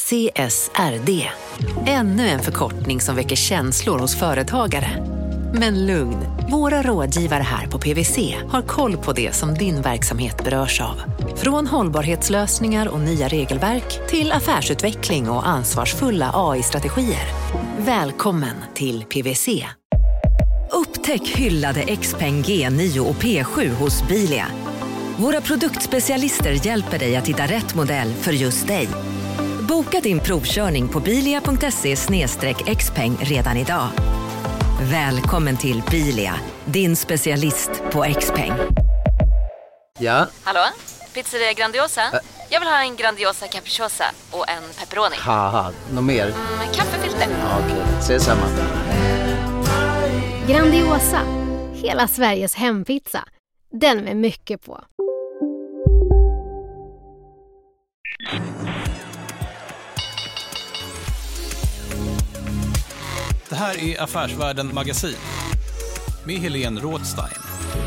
CSRD. Ännu en förkortning som väcker känslor hos företagare. Men lugn, våra rådgivare här på PwC har koll på det som din verksamhet berörs av. Från hållbarhetslösningar och nya regelverk till affärsutveckling och ansvarsfulla AI-strategier. Välkommen till PwC. Upptäck hyllade XPeng G9 och P7 hos Bilia. Våra produktspecialister hjälper dig att hitta rätt modell för just dig. Boka din provkörning på bilia.se/xpeng redan idag. Välkommen till Bilia, din specialist på XPeng. Ja? Hallå? Pizzeria Grandiosa? Jag vill ha en Grandiosa capriciosa och en pepperoni. Haha, något mer? Kaffefilter. Ja, okej, ses samma. Grandiosa, hela Sveriges hempizza. Den med mycket på. Det här är Affärsvärlden Magasin med Helene Rådstein.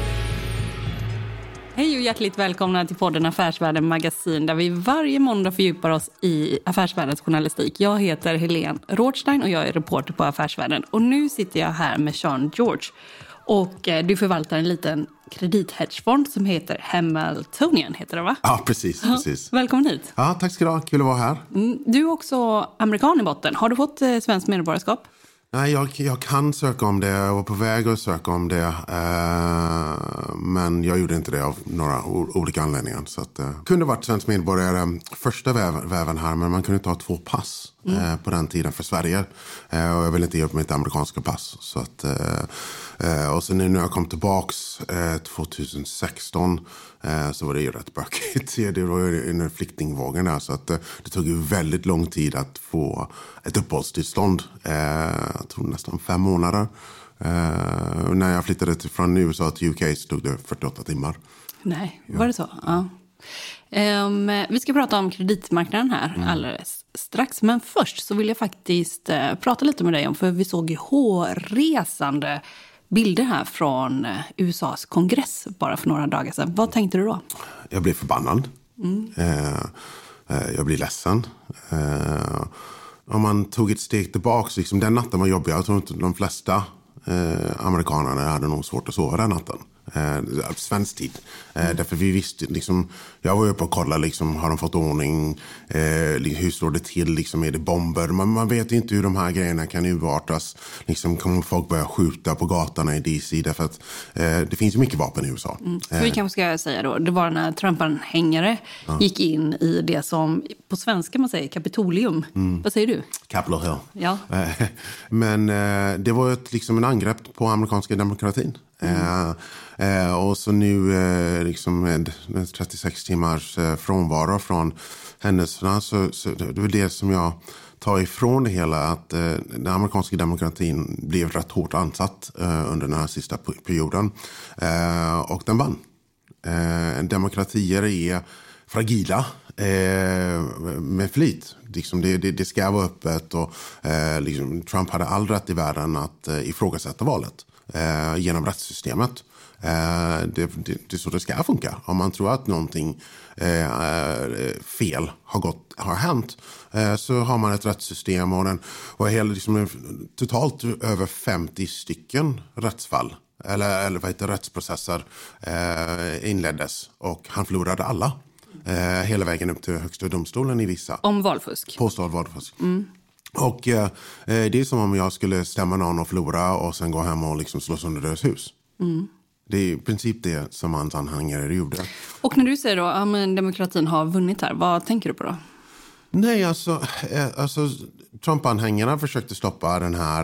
Hej och hjärtligt välkomna till podden Affärsvärlden Magasin där vi varje måndag fördjupar oss i affärsvärldens journalistik. Jag heter Helene Rådstein och jag är reporter på Affärsvärlden. Och nu sitter jag här med Sean George. Och du förvaltar en liten kredithedgefond som heter Hamiltonian, heter det va? Ja, precis. Välkommen hit. Ja, tack ska du ha. Kul att vara här. Du är också amerikan i botten. Har du fått svenskt medborgarskap? Nej, jag kan söka om det. Jag var på väg att söka om det. Men jag gjorde inte det av några olika anledningar. Så att, kunde varit svensk medborgare första väven här. Men man kunde inte ha 2 pass på den tiden för Sverige. Och jag ville inte ge upp mitt amerikanska pass. Så att, och sen nu när jag kom tillbaks 2016 så var det ju rätt bökigt. Det var ju en flyktingvågen där. Så att det tog ju väldigt lång tid att få ett uppehållstillstånd. Jag tror nästan 5 månader. När jag flyttade från USA till UK så tog det 48 timmar. Nej, var det så? Ja. Vi ska prata om kreditmarknaden här alldeles strax. Men först så vill jag faktiskt prata lite med dig om, för vi såg ju hårresande bilder här från USAs kongress bara för några dagar sedan. Vad tänkte du då? Jag blev förbannad. Jag blev ledsen. Om man tog ett steg tillbaka, liksom, den natten var jobbig. Jag tror inte de flesta amerikanerna hade nog svårt att sova den natten. Svensk tid. Därför vi visste, liksom, jag var uppe och kollade, liksom, har de fått ordning, hur står det till, liksom, är det bomber? Man vet inte hur de här grejerna kan urartas. Liksom, kommer folk börja skjuta på gatorna i DC? Därför att det finns ju mycket vapen i USA. Så vi kanske ska säga då, det var när Trump-anhängare gick in i det som på svenska man säger Kapitolium. Vad säger du? Capitol Hill. Ja. Men det var liksom en angrepp på amerikanska demokratin. Och så nu liksom med 36 timmars frånvaro från händelserna så det är det som jag tar ifrån det hela, att den amerikanska demokratin blev rätt hårt ansatt under den här sista perioden, och den vann. Demokratier är fragila med flit. Liksom det ska vara öppet, och liksom Trump hade all rätt i världen att ifrågasätta valet genom rättssystemet. Det är så det ska funka. Om man tror att någonting fel har hänt, så har man ett rättssystem, och liksom, totalt över 50 stycken rättsfall eller vad heter rättsprocesser inleddes, och han förlorade alla hela vägen upp till högsta domstolen i vissa. Om valfusk. Påstådd valfusk. Och det är som om jag skulle stämma någon och förlora och sen gå hem och liksom slå sönder deras hus. Det är i princip det som hans anhängare gjorde. Och när du säger då att demokratin har vunnit här, vad tänker du på då? Nej, alltså Trump-anhängarna försökte stoppa den här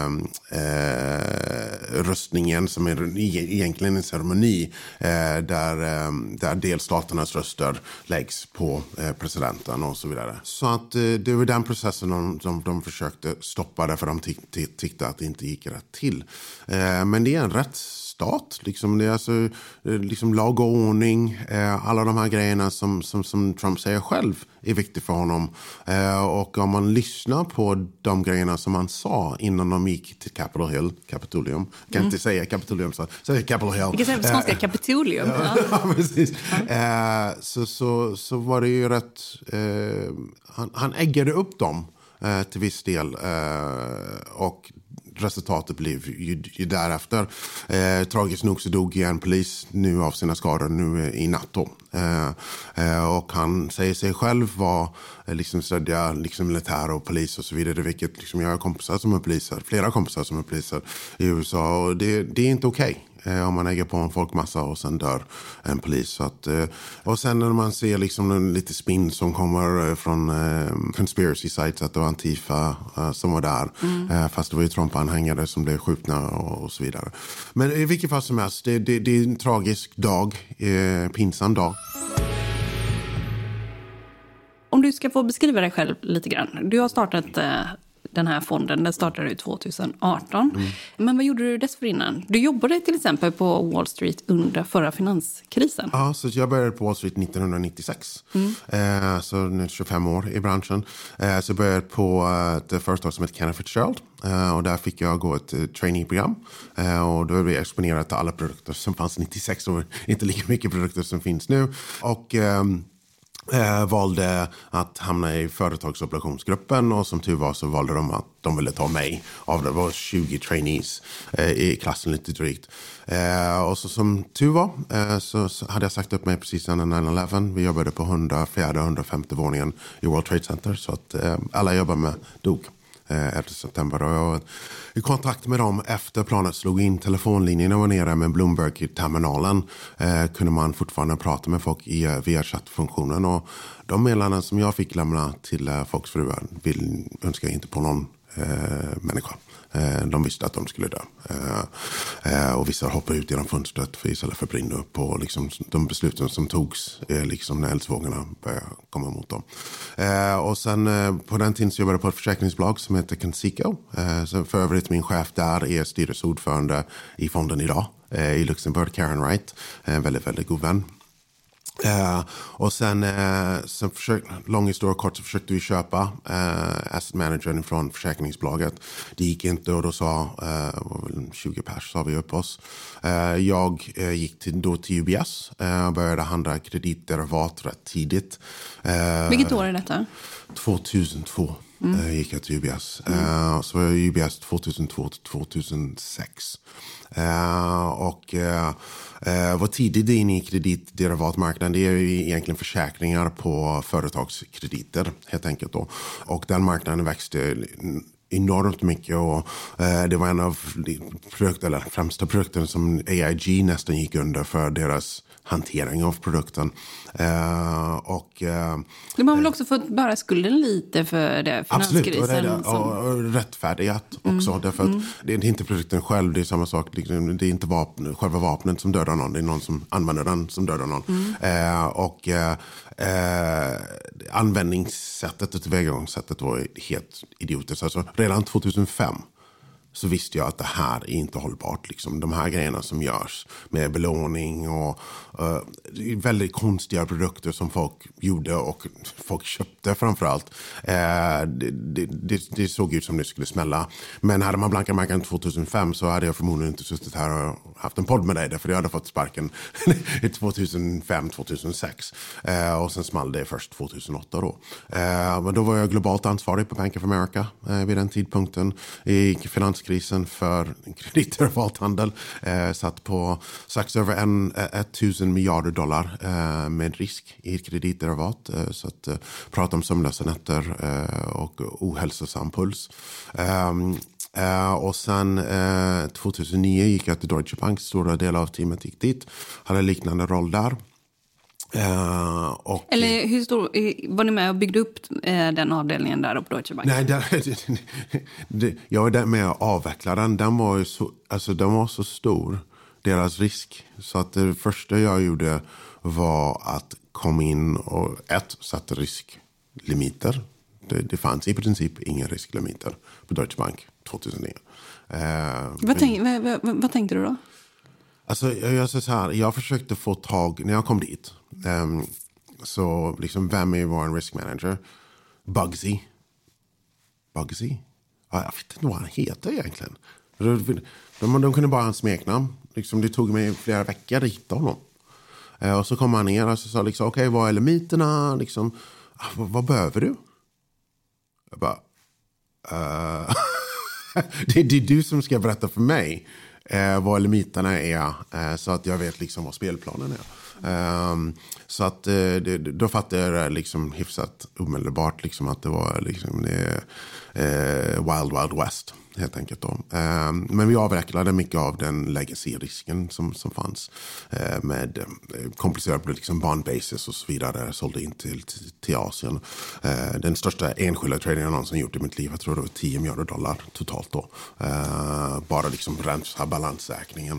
röstningen som är egentligen en ceremoni där delstaternas röster läggs på presidenten och så vidare. Så att det var den processen de försökte stoppa, därför de tyckte att det inte gick rätt till. Men det är en rättsstat. rättsstat. Liksom, det är alltså liksom lag och ordning, alla de här grejerna som Trump säger själv är viktigt för honom. Och om man lyssnar på de grejerna som han sa innan de gick till Capitolium. Kan inte säga Capitolium, så säger Capitol Hill. Vi kan säga på skånska Capitolium. Ja, precis. Så var det ju rätt... Han äggade upp dem till viss del. Och resultatet blev ju därefter. Tragiskt nog så dog en polis nu av sina skador nu i natt då. Och han säger sig själv vara liksom stödja liksom militär och polis och så vidare, vilket liksom jag har kompisar som är poliser, flera kompisar som är poliser i USA, och det är inte okej. Om man äger på en folkmassa och sen dör en polis. Så att, och sen när man ser liksom lite spin som kommer från conspiracy sites att det var Antifa som var där. Fast det var ju Trump-anhängare som blev skjutna och så vidare. Men i vilket fall som helst, det är en tragisk dag, pinsam dag. Om du ska få beskriva dig själv lite grann. Du har startat den här fonden, den startade 2018. Men vad gjorde du dessförinnan? Du jobbade till exempel på Wall Street under förra finanskrisen. Ja, så jag började på Wall Street 1996. Så nu 25 år i branschen. Så jag började på ett företag som heter Cantor Fitzgerald. Och där fick jag gå ett trainee-program. Och då blev jag exponerad till alla produkter som fanns 96 och inte lika mycket produkter som finns nu. Och... valde att hamna i företagsobligationsgruppen, och som tur var så valde de att de ville ta mig. Det var 20 trainees i klassen lite drygt. Och så som tur var så hade jag sagt upp mig precis innan 9/11. Vi jobbade på 104 och 150 våningen i World Trade Center, så att alla jag jobbade med dog. 11 september, och jag var i kontakt med dem efter planet slog in. Telefonlinjerna var nere, med Bloomberg-terminalen kunde man fortfarande prata med folk via chattfunktionen, och de meddelanden som jag fick lämna till folks fruar önskar jag inte på någon människa. De visste att de skulle dö. Och vissa hoppade ut genom fönstret istället för att brinna upp. Och liksom de besluten som togs liksom när eldsvågorna började komma mot dem. Och sen på den tiden så jobbade jag på ett försäkringsbolag som heter Conseco. Så för övrigt min chef där är styrelseordförande i fonden idag. I Luxemburg, Karen Wright. En väldigt, väldigt god vän. Och sen lång historia kort, så försökte vi köpa asset managern från försäkringsbolaget. Det gick inte, och då sa 20 pers sa vi upp oss. Jag gick då till UBS och började handla kreditderivat rätt tidigt. Vilket år är detta? 2002 gick jag till UBS. Så var jag i UBS 2002 till 2006. Och var tidigt in i kreditderivatmarknaden. Det är ju egentligen försäkringar på företagskrediter helt enkelt då. Och den marknaden växte enormt mycket, och det var en av främsta produkten som AIG nästan gick under för deras hantering av produkten. De har väl också fått bära skulden lite för det finanskrisen? Absolut, och rättfärdigat också. Därför att det är inte produkten själv, det är samma sak. Det är inte själva vapnet som dödar någon, det är någon som använder den som dödar någon. Användningssättet och tillvägagångssättet var helt idiotiskt. Alltså, redan 2005 så visste jag att det här är inte hållbart. Liksom. De här grejerna som görs med belåning och väldigt konstiga produkter som folk gjorde och folk köpte framförallt. Det såg ut som det skulle smälla. Men hade man blankat marken 2005 så hade jag förmodligen inte suttit här och haft en podd med dig. För jag hade fått sparken 2005-2006. Och sen small det först 2008 då. Men då var jag globalt ansvarig på Bank of America vid den tidpunkten. I finanskrisen för kreditderivathandel. Satt på strax över 1000 miljarder dollar med risk i kreditderivat. Så att prata om sömnlösa nätter och ohälsosam puls. Och sen 2009 gick jag till Deutsche Bank. Stora delar av teamet gick dit. Hade en liknande roll där. Eller hur stor, var ni med och byggde upp den avdelningen där på Deutsche Bank? Nej, jag var där med att avveckla den. Den var så stor, deras risk. Så att det första jag gjorde var att komma in och sätta risklimiter. Det fanns i princip inga risklimiter på Deutsche Bank 2009. Vad tänkte du då? Alltså, jag säger så här, jag försökte få tag, när jag kom dit, så liksom, vem är vår risk manager? Bugsy? Ja, jag vet inte vad han heter egentligen. De kunde bara ha en smeknamn. Liksom, det tog mig flera veckor att hitta honom. Och så kom han ner och så sa liksom, okej, vad är limiterna? Liksom, vad behöver du? Jag bara, det är du som ska berätta för mig vad limiterna är, så att jag vet liksom vad spelplanen är. Så att då fattade jag liksom hyfsat omedelbart liksom att det var liksom Wild West helt enkelt då. Men vi avvecklade mycket av den legacy-risken som fanns med komplicerade liksom bondbases och så vidare, sålde in till Asien. Den största enskilda trading jag någonsin gjort i mitt liv, jag tror det var $10 miljarder totalt då. Bara liksom rensa balansräkningen.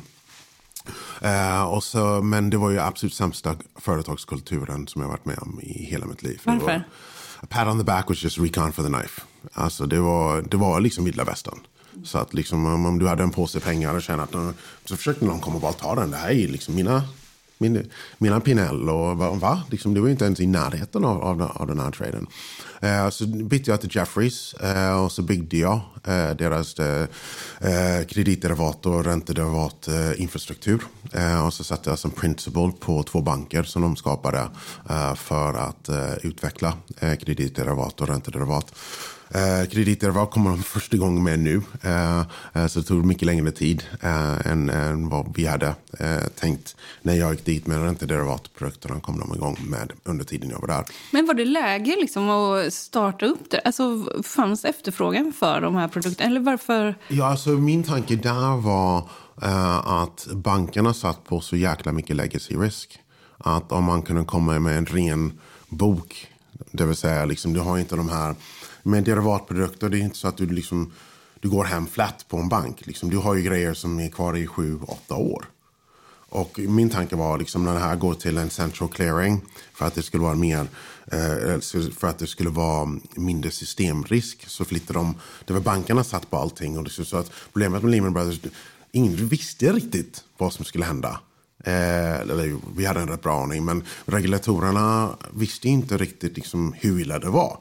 Men det var ju absolut sämsta företagskulturen som jag varit med om i hela mitt liv. Varför? Pat on the back was just recon for the knife. Alltså det var liksom vilda västern. Så att liksom om du hade en påse pengar och kände att så försökte någon komma och bara ta den. Det här är liksom mina Pinell och va? Liksom, det var ju inte ens i närheten av den här traden. Så bytte jag till Jefferies och så byggde jag deras kreditderivat och räntederivat infrastruktur. Och så satte jag som principal på 2 banker som de skapade för att utveckla kreditderivat och räntederivat. Kreditderivat kommer de första gången med nu. Så det tog mycket längre tid än vad vi hade tänkt. När jag gick dit med räntederivatprodukterna kom de igång med under tiden jag var där. Men var det läge liksom att starta upp det? Alltså fanns efterfrågan för de här produkterna? Eller varför? Ja, alltså min tanke där var att bankerna satt på så jäkla mycket legacy risk. Att om man kunde komma med en ren bok, det vill säga liksom, du har inte de här med derivatprodukter, det är inte så att du går hem flat på en bank. Liksom, du har ju grejer som är kvar i 7-8 år. Och min tanke var liksom när det här går till en central clearing för att det skulle vara för att det skulle vara mindre systemrisk, så flyttade det var bankerna satt på allting, och det så att problemet med Lehman Brothers, ingen visste riktigt vad som skulle hända. Vi hade en rätt bra aning, men regulatorerna visste inte riktigt liksom hur illa det var.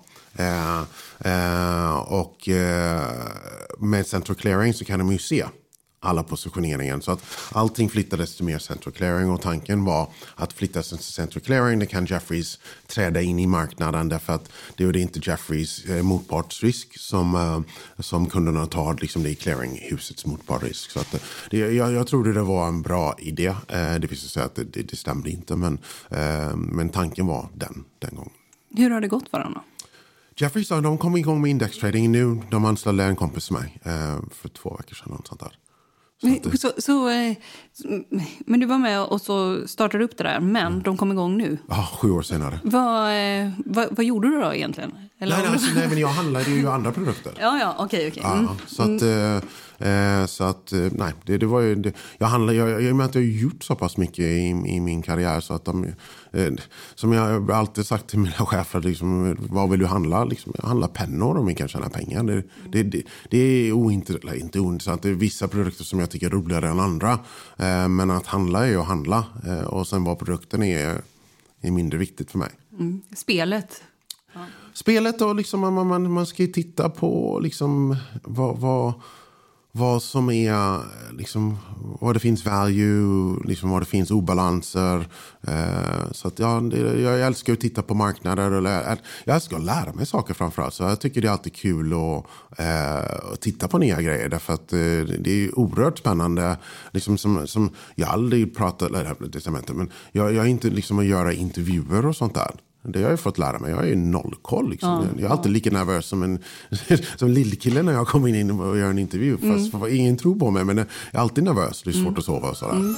Med central clearing så kan de ju se alla positioneringen, så att allting flyttades till mer central clearing, och tanken var att flyttas till central clearing, det kan Jefferies träda in i marknaden, därför att det är inte Jefferies motpartsrisk som kunderna tar, liksom det är clearinghusets motpartsrisk. Så att jag trodde det var en bra idé. Det visade sig att det stämde inte, men tanken var den gången. Hur har det gått för dem? Jefferies, de kom igång med indextrading nu. De anställde en kompis med mig för 2 veckor sedan. Något sånt där. Men du var med och så startade upp det där, men de kom igång nu? Ja, 7 år senare. Vad gjorde du då egentligen? Eller nej, men jag handlade ju andra produkter. Ja, okej. Mm. Så att nej, det var ju jag handlar, jag med att jag har gjort så pass mycket i min karriär, så att som jag alltid sagt till mina chefer liksom, vad vill du handla? Liksom, jag handlar pennor om vi kan tjäna pengar. Det är inte ointressant. Det är vissa produkter som jag tycker är roligare än andra, men att handla är att handla, och sen vad produkten är mindre viktigt för mig. Spelet. Ja. Spelet, och liksom man ska ju titta på liksom vad som är liksom, vad det finns value, liksom vad det finns obalanser, så att jag älskar att titta på marknader, eller jag älskar att lära mig saker framförallt, så jag tycker det är alltid kul att titta på nya grejer, därför att det är oerhört spännande liksom, som jag aldrig pratat, men jag är inte liksom att göra intervjuer och sånt där. Det har jag fått lära mig. Jag är nollkoll. Liksom. Jag är alltid lika nervös som lillkillen när jag kommer in och gör en intervju. Fast ingen tror på mig, men jag är alltid nervös. Det är svårt att sova och sådär.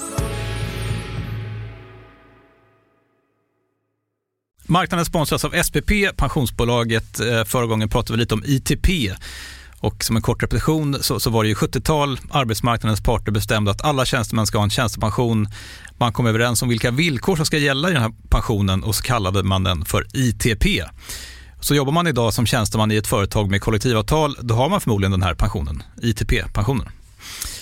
Marknaden sponsras av SPP, pensionsbolaget. Förra gången pratade vi lite om ITP. Och som en kort repetition så var det ju 70-tal. Arbetsmarknadens parter bestämde att alla tjänstemän ska ha en tjänstepension. Man kom överens om vilka villkor som ska gälla i den här pensionen, och så kallade man den för ITP. Så jobbar man idag som tjänsteman i ett företag med kollektivavtal, då har man förmodligen den här pensionen, ITP-pensionen.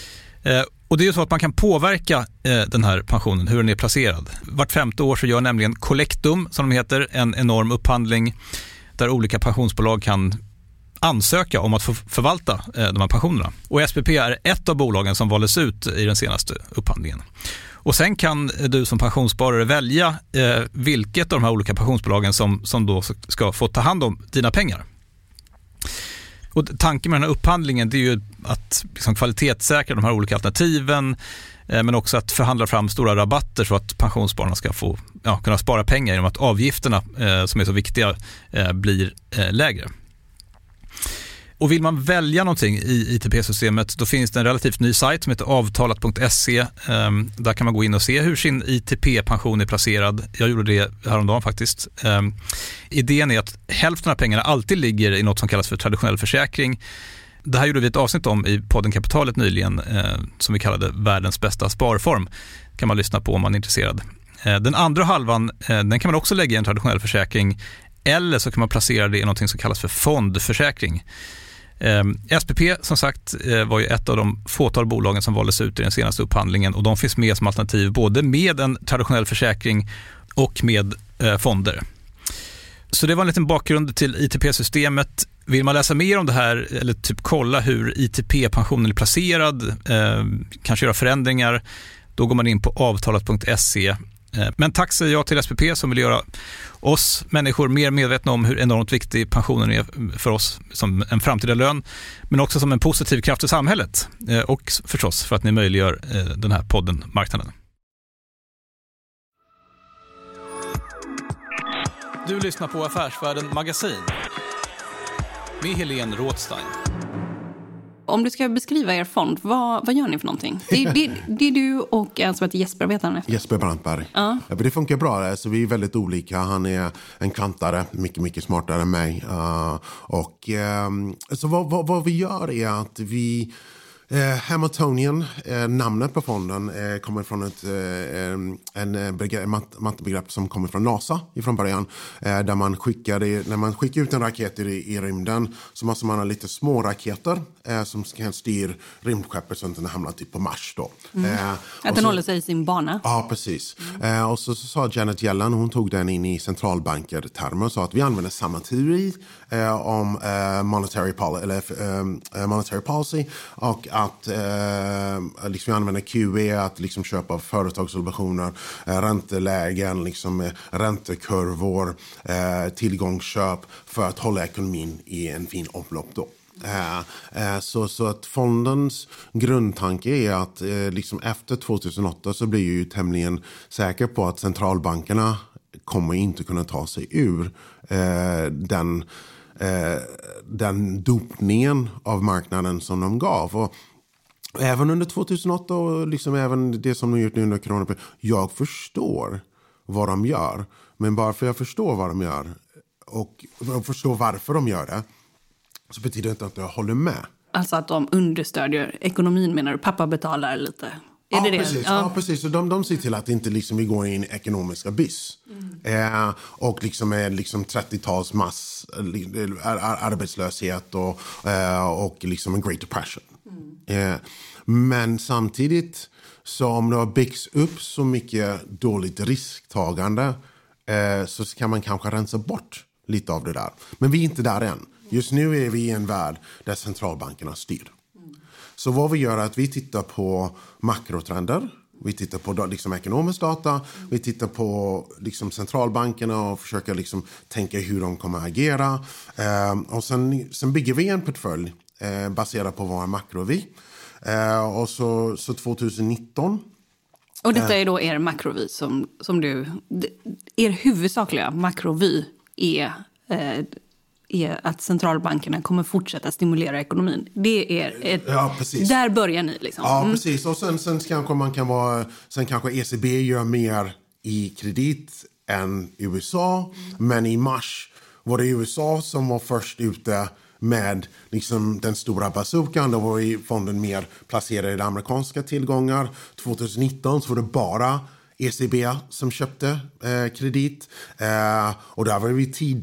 Och det är ju så att man kan påverka den här pensionen, hur den är placerad. Vart 5:e år så gör nämligen Collectum, som de heter, en enorm upphandling där olika pensionsbolag kan ansöka om att få förvalta de här pensionerna. Och SPP är ett av bolagen som valdes ut i den senaste upphandlingen. Och sen kan du som pensionssparare välja vilket av de här olika pensionsbolagen som då ska få ta hand om dina pengar. Och tanken med den här upphandlingen, det är ju att liksom kvalitetssäkra de här olika alternativen, men också att förhandla fram stora rabatter så att pensionsspararna ska få kunna spara pengar genom att avgifterna som är så viktiga blir lägre. Och vill man välja någonting i ITP-systemet, då finns det en relativt ny sajt som heter avtalat.se. Där kan man gå in och se hur sin ITP-pension är placerad. Jag gjorde det häromdagen faktiskt. Idén är att hälften av pengarna alltid ligger i något som kallas för traditionell försäkring. Det här gjorde vi ett avsnitt om i podden Kapitalet nyligen, som vi kallade världens bästa sparform. Kan man lyssna på om man är intresserad. Den andra halvan, den kan man också lägga i en traditionell försäkring, eller så kan man placera det i något som kallas för fondförsäkring. SPP som sagt var ju ett av de fåtal bolagen som valdes ut i den senaste upphandlingen, och de finns med som alternativ både med en traditionell försäkring och med fonder. Så det var en liten bakgrund till ITP-systemet. Vill man läsa mer om det här eller typ kolla hur ITP-pensionen är placerad, kanske göra förändringar, då går man in på avtalat.se. Men tack säger jag till SPP som vill göra oss människor mer medvetna om hur enormt viktig pensionen är för oss som en framtida lön, men också som en positiv kraft i samhället, och förstås för att ni möjliggör den här podden Marknaden. Du lyssnar på Affärsvärlden Magasin med Helene Rådstein. Om du ska beskriva er fond, vad gör ni för någonting? Det är du och en som heter Jesper, vet han? Jesper Brantberg. Ja. Det funkar bra. Alltså, vi är väldigt olika. Han är en kantare, mycket, mycket smartare än mig. Så vad vi gör är att vi... Hamiltonian, namnet på fonden, kommer från ett mattebegrepp som kommer från NASA ifrån början, där när man skickar ut en raket i rymden så måste man ha lite små raketer som kan styra rymdskeppet så att den hamnar typ på Mars då. Att den håller sig i sin bana. Ja, precis. Och så sa Janet Yellen, hon tog den in i centralbanker-termer och sa att vi använder samma teori om monetary policy, och att liksom vi använder QE, att liksom köpa företagsobligationer, räntelägen, liksom räntekurvor, tillgångsköp för att hålla ekonomin i en fin omlopp då. Så att fondens grundtanke är att liksom efter 2008 så blir ju tämligen säker på att centralbankerna kommer inte kunna ta sig ur den dopningen av marknaden som de gav. Och även under 2008 och liksom även det som de gjort nu under corona, jag förstår vad de gör, men bara för jag förstår vad de gör och förstår varför de gör det, så betyder det inte att jag håller med. Alltså att de understödjer ekonomin, menar du? Pappa betalar lite. Ja, precis. Och de ser till att inte liksom vi går in i ekonomiska abyss. Och liksom är liksom 30-tals arbetslöshet och liksom en Great Depression. Men samtidigt så om det har byggts upp så mycket dåligt risktagande så kan man kanske rensa bort lite av det där. Men vi är inte där än. Just nu är vi i en värld där centralbankerna styr. Så vad vi gör är att vi tittar på makrotrender. Vi tittar på liksom ekonomisk data. Vi tittar på liksom centralbankerna och försöker liksom tänka hur de kommer att agera. Och sen bygger vi en portfölj baserat på våra makrovy. Och så 2019... Och detta är då er makrovy som du... Er huvudsakliga makrovy är att centralbankerna kommer fortsätta stimulera ekonomin. Det är precis. Där börjar ni liksom. Ja, precis. Och sen kanske man kan vara... Sen kanske ECB gör mer i kredit än USA. Men i mars var det USA som var först ute med liksom den stora bazookan. Då var ju fonden mer placerad i amerikanska tillgångar. 2019 så var det bara ECB som köpte kredit. Och där var vi tidiga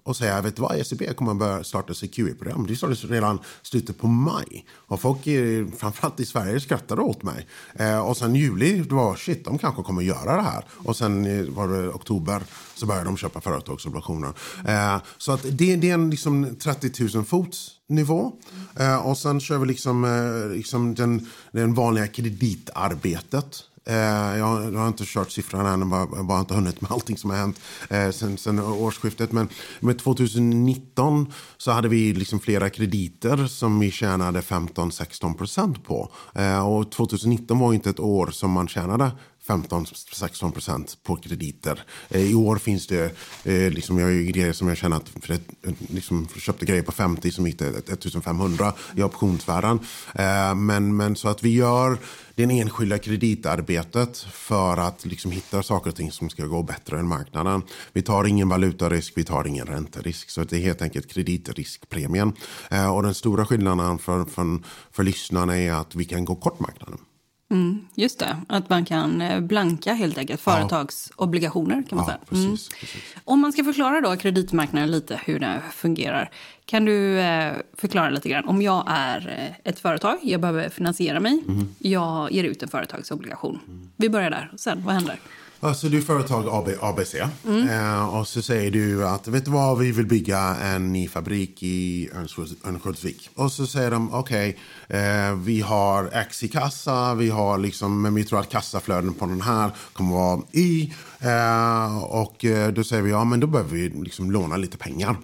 och säga, vet du vad, ECB kommer att börja starta CQE-program. Det startades redan slutet på maj. Och folk, framförallt i Sverige, skrattade åt mig. Och sen juli, det var shit, de kanske kommer att göra det här. Och sen var det oktober så började de köpa företagsobligationer. Så att det är en liksom 30 000 fots nivå. Och sen kör vi liksom den vanliga kreditarbetet. Jag har inte kört siffrorna än, bara inte hunnit med allting som har hänt sen årsskiftet. Men med 2019 så hade vi liksom flera krediter som vi tjänade 15-16% på. Och 2019 var inte ett år som man tjänade 15-16% på krediter. I år finns det liksom, jag har ju grejer som jag känner att liksom, köpte grejer på 50 som gick till 1500 i optionsvärden. Men så att vi gör det enskilda kreditarbetet för att liksom hitta saker och ting som ska gå bättre än marknaden. Vi tar ingen valutarisk, vi tar ingen ränterisk. Så det är helt enkelt kreditriskpremien. Och den stora skillnaden för lyssnarna är att vi kan gå kort marknaden. Just det, att man kan blanka helt enkelt företagsobligationer kan man säga. Precis. Om man ska förklara då kreditmarknaden lite hur det fungerar, kan du förklara lite grann? Om jag är ett företag, jag behöver finansiera mig, jag ger ut en företagsobligation. Vi börjar där, sen vad händer? Alltså du är företag ABC och så säger du att vet du vad, vi vill bygga en ny fabrik i Örnsköldsvik. Och så säger de okej, vi har X i kassa, vi har liksom, men vi tror att kassaflöden på den här kommer vara Y. Och då säger vi ja, men då behöver vi liksom låna lite pengar.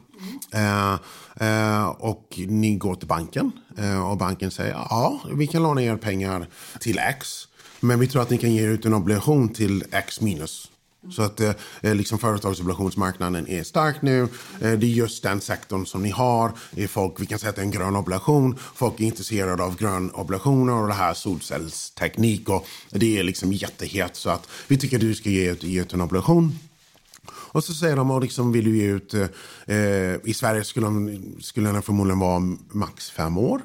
Och ni går till banken och banken säger ja, vi kan låna er pengar till X. Men vi tror att ni kan ge ut en obligation till X minus. Så att liksom företagsobligationsmarknaden är stark nu. Det är just den sektorn som ni har. Vi kan säga att det är en grön obligation. Folk är intresserade av grön obligationer och det här solcellsteknik. Och det är liksom jättehet, så att vi tycker att du ska ge ut en obligation. Och så säger de, och liksom vill du ge ut, i Sverige skulle den förmodligen vara max 5 år.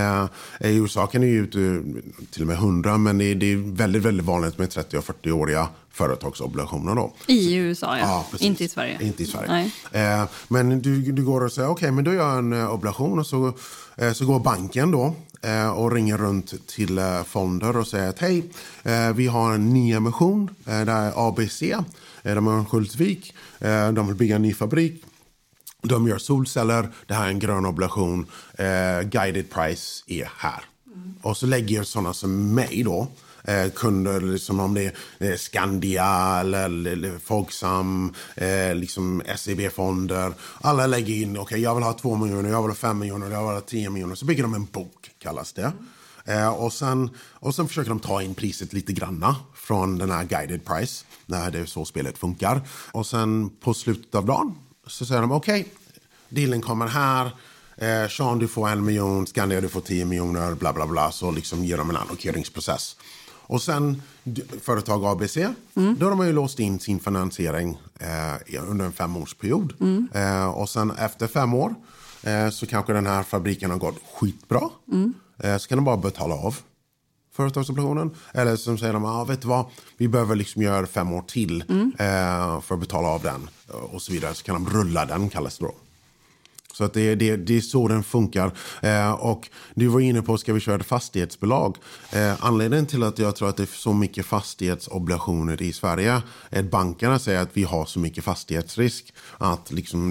I USA kan det ge ut till och med 100, men det är väldigt, väldigt vanligt med 30- och 40-åriga företagsobligationer då. I USA, ja. Inte i Sverige. Inte i Sverige. Men du går och säger, okej, men då gör jag en obligation, och så går banken då och ringer runt till fonder och säger att hej, vi har en ny emission, där ABC, de har en Örnsköldsvik, de vill bygga en ny fabrik. De gör solceller, det här är en grön obligation, guided price är här. Och så lägger sådana som mig då, kunder, liksom om det är Skandia eller Folksam, liksom SEB-fonder. Alla lägger in, okej, jag vill ha 2 miljoner, jag vill ha 5 miljoner, jag vill ha 10 miljoner. Så bygger de en bok, kallas det. Och sen försöker de ta in priset lite granna från den här guided price, när det är så spelet funkar. Och sen på slutet av dagen så säger de, okej, dealen kommer här. Sean, du får 1 miljon, Skandia, du får 10 miljoner, bla bla bla. Så liksom ger de en allokeringsprocess. Och sen företag ABC, då har de ju låst in sin finansiering under en 5-årsperiod. Och sen efter 5 år så kanske den här fabriken har gått skitbra. Så kan de bara betala av företagsobligationen. Eller som säger de, vet du vad, vi behöver liksom göra 5 år till för att betala av den. Och så vidare, så kan de rulla den, kallas det då. Så att det är så den funkar. Och du var inne på, ska vi köra ett fastighetsbolag? Anledningen till att jag tror att det är så mycket fastighetsobligationer i Sverige är att bankerna säger att vi har så mycket fastighetsrisk. Att liksom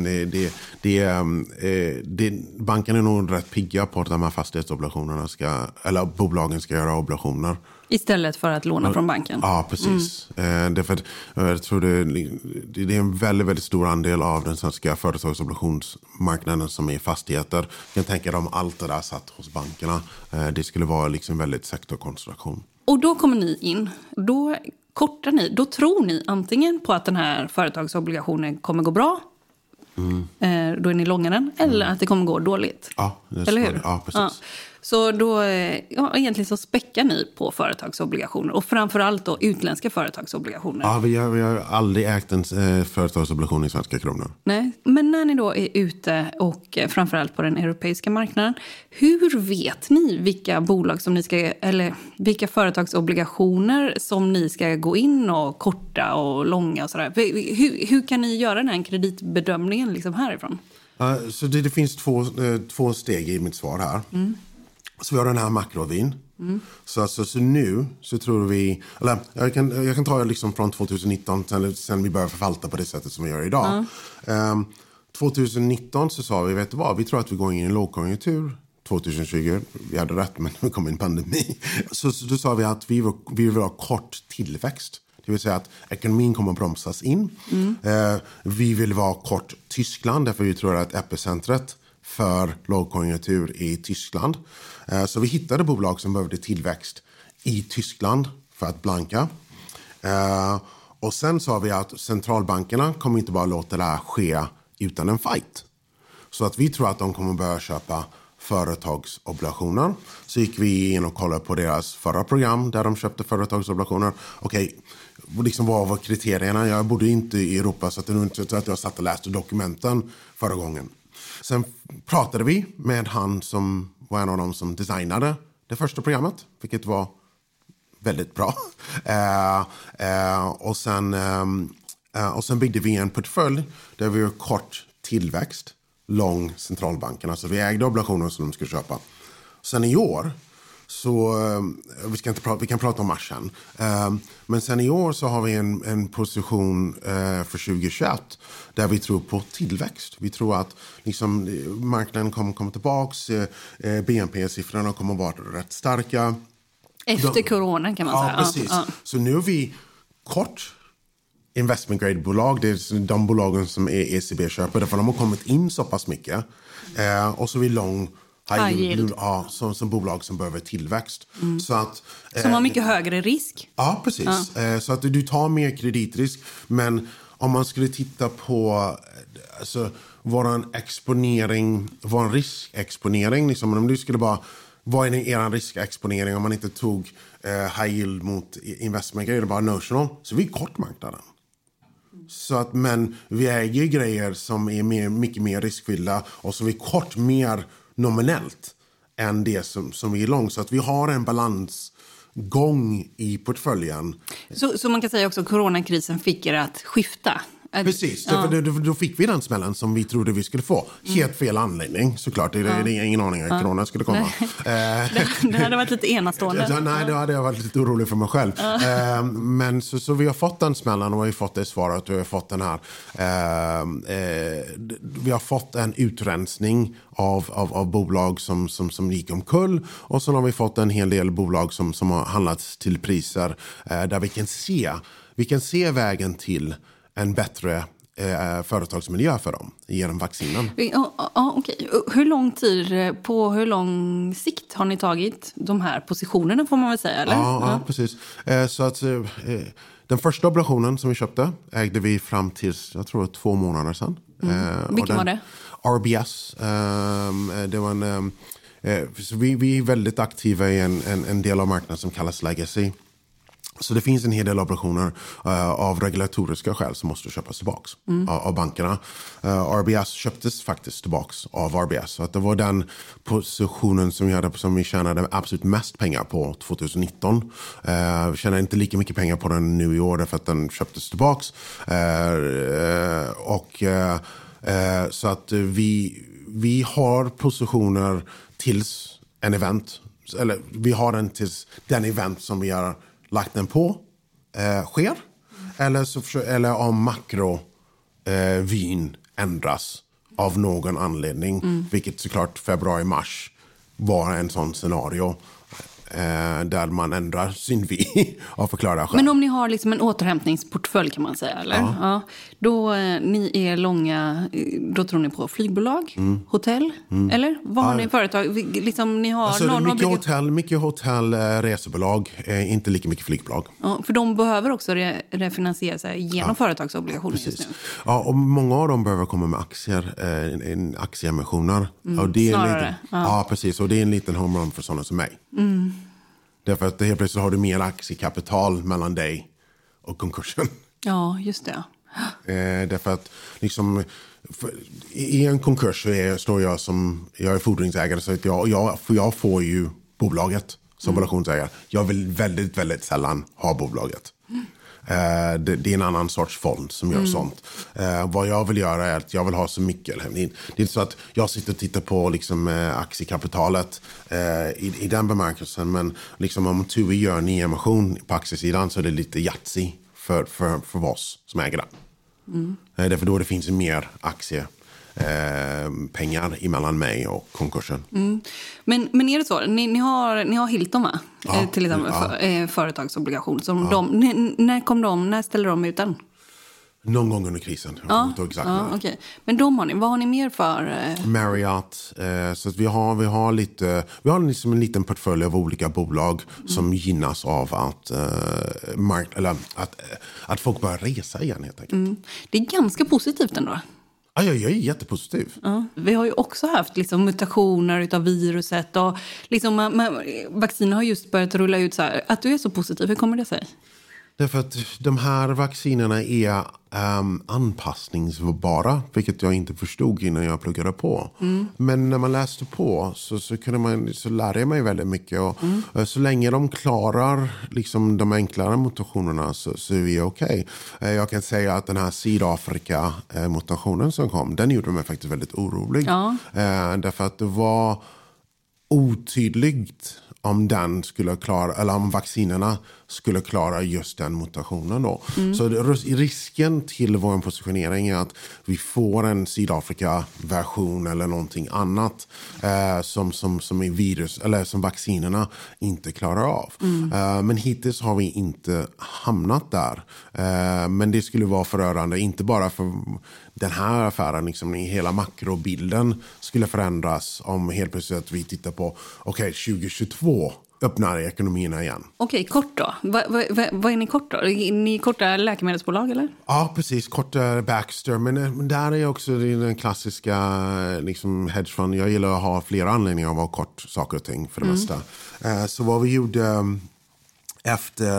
bankerna är nog rätt pigga på att de här fastighetsobligationerna bolagen ska göra obligationer. Istället för att låna från banken. Ja, precis. Därför att jag tror det är en väldigt, väldigt stor andel av den svenska företagsobligationsmarknaden som är fastigheter. Jag kan tänka dig om allt det där satt hos bankerna. Det skulle vara liksom väldigt sektorkonstruktion. Och då kommer ni in. Då kortar ni. Då tror ni antingen på att den här företagsobligationen kommer gå bra. Då är ni långa den. Eller att det kommer gå dåligt. Ja, eller hur? Ja, precis. Ja. Så då, egentligen så späckar ni på företagsobligationer och framförallt då utländska företagsobligationer. Ja, vi har aldrig ägt en företagsobligation i svenska kronor. Nej, men när ni då är ute och framförallt på den europeiska marknaden, hur vet ni vilka bolag som ni ska, eller vilka företagsobligationer som ni ska gå in och korta och långa och sådär? Hur kan ni göra den här kreditbedömningen liksom härifrån? Så det finns två steg i mitt svar här. Så vi har den här makrovin. Så nu så tror vi, eller jag kan ta liksom från 2019 sen vi började förvalta på det sättet som vi gör idag. 2019 så sa vi, vet du vad, vi tror att vi går in i en lågkonjunktur. 2020, vi hade rätt men det kom en pandemi. Så då sa vi att vi vill ha kort tillväxt. Det vill säga att ekonomin kommer att bromsas in. Vi vill vara kort Tyskland därför vi tror att epicentret för lågkonjunktur är i Tyskland. Så vi hittade bolag som behövde tillväxt i Tyskland för att blanka. Och sen sa vi att centralbankerna kommer inte bara låta det här ske utan en fight. Så att vi tror att de kommer börja köpa företagsobligationer. Så gick vi in och kollade på deras förra program där de köpte företagsobligationer. Okej, liksom vad var kriterierna? Jag bodde inte i Europa så att det är inte så att jag satt och läste dokumenten förra gången. Sen pratade vi med han som var en av dem som designade det första programmet, vilket var väldigt bra. Och sen byggde vi en portfölj där vi har kort tillväxt, lång centralbankerna. Så vi ägde obligationer som de skulle köpa. Sen i år så, vi kan prata om mars sen. Men sen i år så har vi en position för 2021 där vi tror på tillväxt. Vi tror att liksom, marknaden kommer komma tillbaks, BNP-siffrorna kommer att vara rätt starka. Efter corona kan man säga. Ja, precis. Så nu är vi kort investment grade-bolag. Det är de bolagen som är ECB-köpare för de har kommit in så pass mycket. Och så är vi lång high yield. Ja, som bolag som behöver tillväxt. Så att, som har mycket högre risk. Ja, precis. Så att du tar mer kreditrisk. Men om man skulle titta på alltså, våran riskexponering. Liksom, om du skulle bara, vad är er riskexponering om man inte tog high yield mot investment grejer, bara notional. Så vi är kortmarknaden. Så att, men vi äger grejer som är mycket mer riskfyllda och som är kort mer nominellt än det som vi är lång. Så att vi har en balansgång i portföljen. Så man kan säga också att coronakrisen fick er att skifta. Precis, då fick vi den smällen som vi trodde vi skulle få. Helt fel anledning, såklart. Det är ingen aning att corona skulle komma. Det hade varit lite enastående. Nej, det hade jag varit lite orolig för mig själv. Men så vi har fått den smällen och vi har fått det svaret och vi har fått den här. Vi har fått en utrensning av bolag som gick omkull. Och så har vi fått en hel del bolag som har handlats till priser där vi kan se vägen till en bättre företagsmiljö för dem genom vaccinen. Okej. Hur lång sikt har ni tagit de här positionerna får man väl säga, eller? Ja, precis. Så att den första obligationen som vi köpte ägde vi fram till, jag tror 2 månader sedan. Vilken var det? RBS. Det var så vi är väldigt aktiva i en del av marknaden som kallas legacy. Så det finns en hel del operationer av regulatoriska skäl som måste köpas tillbaks av bankerna. RBS köptes faktiskt tillbaks av RBS. Så att det var den positionen som vi tjänade absolut mest pengar på 2019. Vi tjänar inte lika mycket pengar på den nu i år därför att den köptes tillbaks. Så att vi har positioner tills en event, eller vi har den tills den event som vi har lagt den på sker eller om makrovyn ändras av någon anledning, vilket såklart februari-mars var en sån scenario. där man ändrar sin vy och förklarar själv. Men om ni har liksom en återhämtningsportfölj kan man säga, eller? Ja. Då ni är långa, då tror ni på flygbolag, hotell, eller? Vad har ni företag? Liksom, ni har alltså, mycket hotell, resebolag, inte lika mycket flygbolag. Ja, för de behöver också refinansiera sig genom företagsobligationer just nu. Ja, och många av dem behöver komma med aktier, aktieemissioner. Och det är ja, precis. Och det är en liten homerun för sådana som mig. Därför att helt plötsligt har du mer aktiekapital mellan dig och konkursen. Ja, just det. Därför att liksom, i en konkurs så står jag är fordringsägare, så att jag får ju bolaget som obligationsägare. Jag vill väldigt, väldigt sällan ha bolaget. Det är en annan sorts fond som gör sånt. Vad jag vill göra är att jag vill ha så mycket. Det är inte så att jag sitter och tittar på liksom, aktiekapitalet i den bemärkelsen. Men liksom, om TUI gör en nyemission på aktiesidan så är det lite Yatzy för oss som äger den. Därför då det finns mer pengar emellan mig och konkursen. Men är det så? Ni har Hilton, va? Ja, till exempel företagsobligation. När ställer de ut den? Någon gång under krisen. Okay. Men vad har ni mer för? Marriott. Så att vi har liksom en liten portfölj av olika bolag som gynnas av att folk börjar resa igen helt enkelt. Det är ganska positivt ändå. Ja, jag är jättepositiv. Ja. Vi har ju också haft liksom mutationer utav viruset och liksom, vacciner har just börjat rulla ut så här. Att du är så positiv, hur kommer det sig? Därför att de här vaccinerna är anpassningsbara, vilket jag inte förstod innan jag pluggade på. Men när man läste på så lärde jag mig väldigt mycket. Och så länge de klarar liksom, de enklare mutationerna så är vi okej. Jag kan säga att den här Sydafrika-mutationen som kom, den gjorde mig faktiskt väldigt orolig. Ja. Därför att det var otydligt om den skulle klara, eller om vaccinerna skulle klara just den mutationen då. Så risken till vår positionering är att vi får en Sydafrika-version eller någonting annat som är virus, eller som vaccinerna inte klarar av. Men hittills har vi inte hamnat där. Men det skulle vara förörande, inte bara för den här affären, liksom i hela makrobilden skulle förändras om helt plötsligt att vi tittar på 2022 öppnar ekonomierna igen. Okej, kort då. Vad är ni kort då? Är ni korta läkemedelsbolag eller? Ja, precis. Korta Baxter. Men där är också den klassiska liksom, hedgefond. Jag gillar att ha flera anledningar av att ha kort saker och ting för det mesta. Så vad vi gjorde efter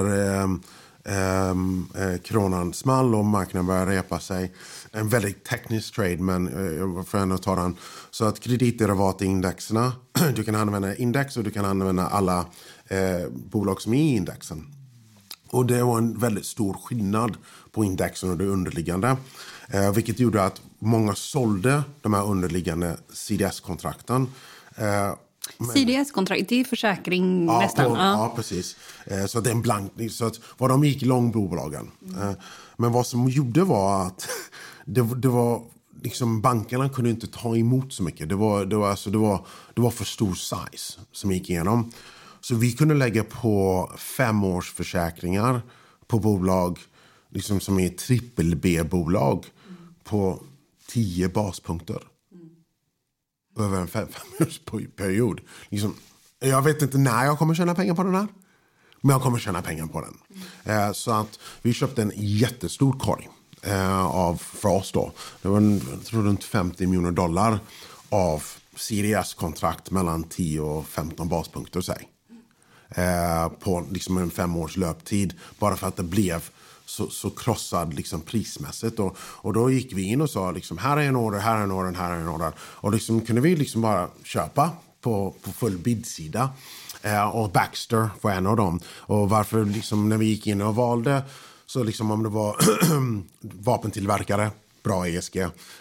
kronan small och marknaden började repa sig. En väldigt teknisk trade, men jag får ändå ta den. Så att kreditderivatindexerna, du kan använda index och du kan använda alla bolag som är i indexen. Och det var en väldigt stor skillnad på indexen och det underliggande. Vilket gjorde att många sålde de här underliggande CDS-kontrakten. CDS-kontrakt, det är försäkring nästan. Ja, precis. Så det är en blank, så att vad de gick långbolagen. Men vad som gjorde var att det var liksom bankerna kunde inte ta emot så mycket. Det var för stor size som gick igenom. Så vi kunde lägga på 5 års försäkringar på bolag liksom som är trippel B-bolag på 10 baspunkter. Över en 5-årsperiod. Liksom, jag vet inte när jag kommer tjäna pengar på den här. Men jag kommer tjäna pengar på den. Så att vi köpte en jättestor korg för oss då. Det var jag tror runt $50 miljoner av CDS-kontrakt mellan 10 och 15 baspunkter säg. På liksom en 5 års löptid. Bara för att det blev så krossad liksom prismässigt. Och då gick vi in och sa liksom, här är en order, här är en order, här är en order. Och liksom kunde vi liksom bara köpa på full bidsida. Och Baxter var en av dem. Och varför liksom när vi gick in och valde så liksom om det var vapentillverkare bra ESG.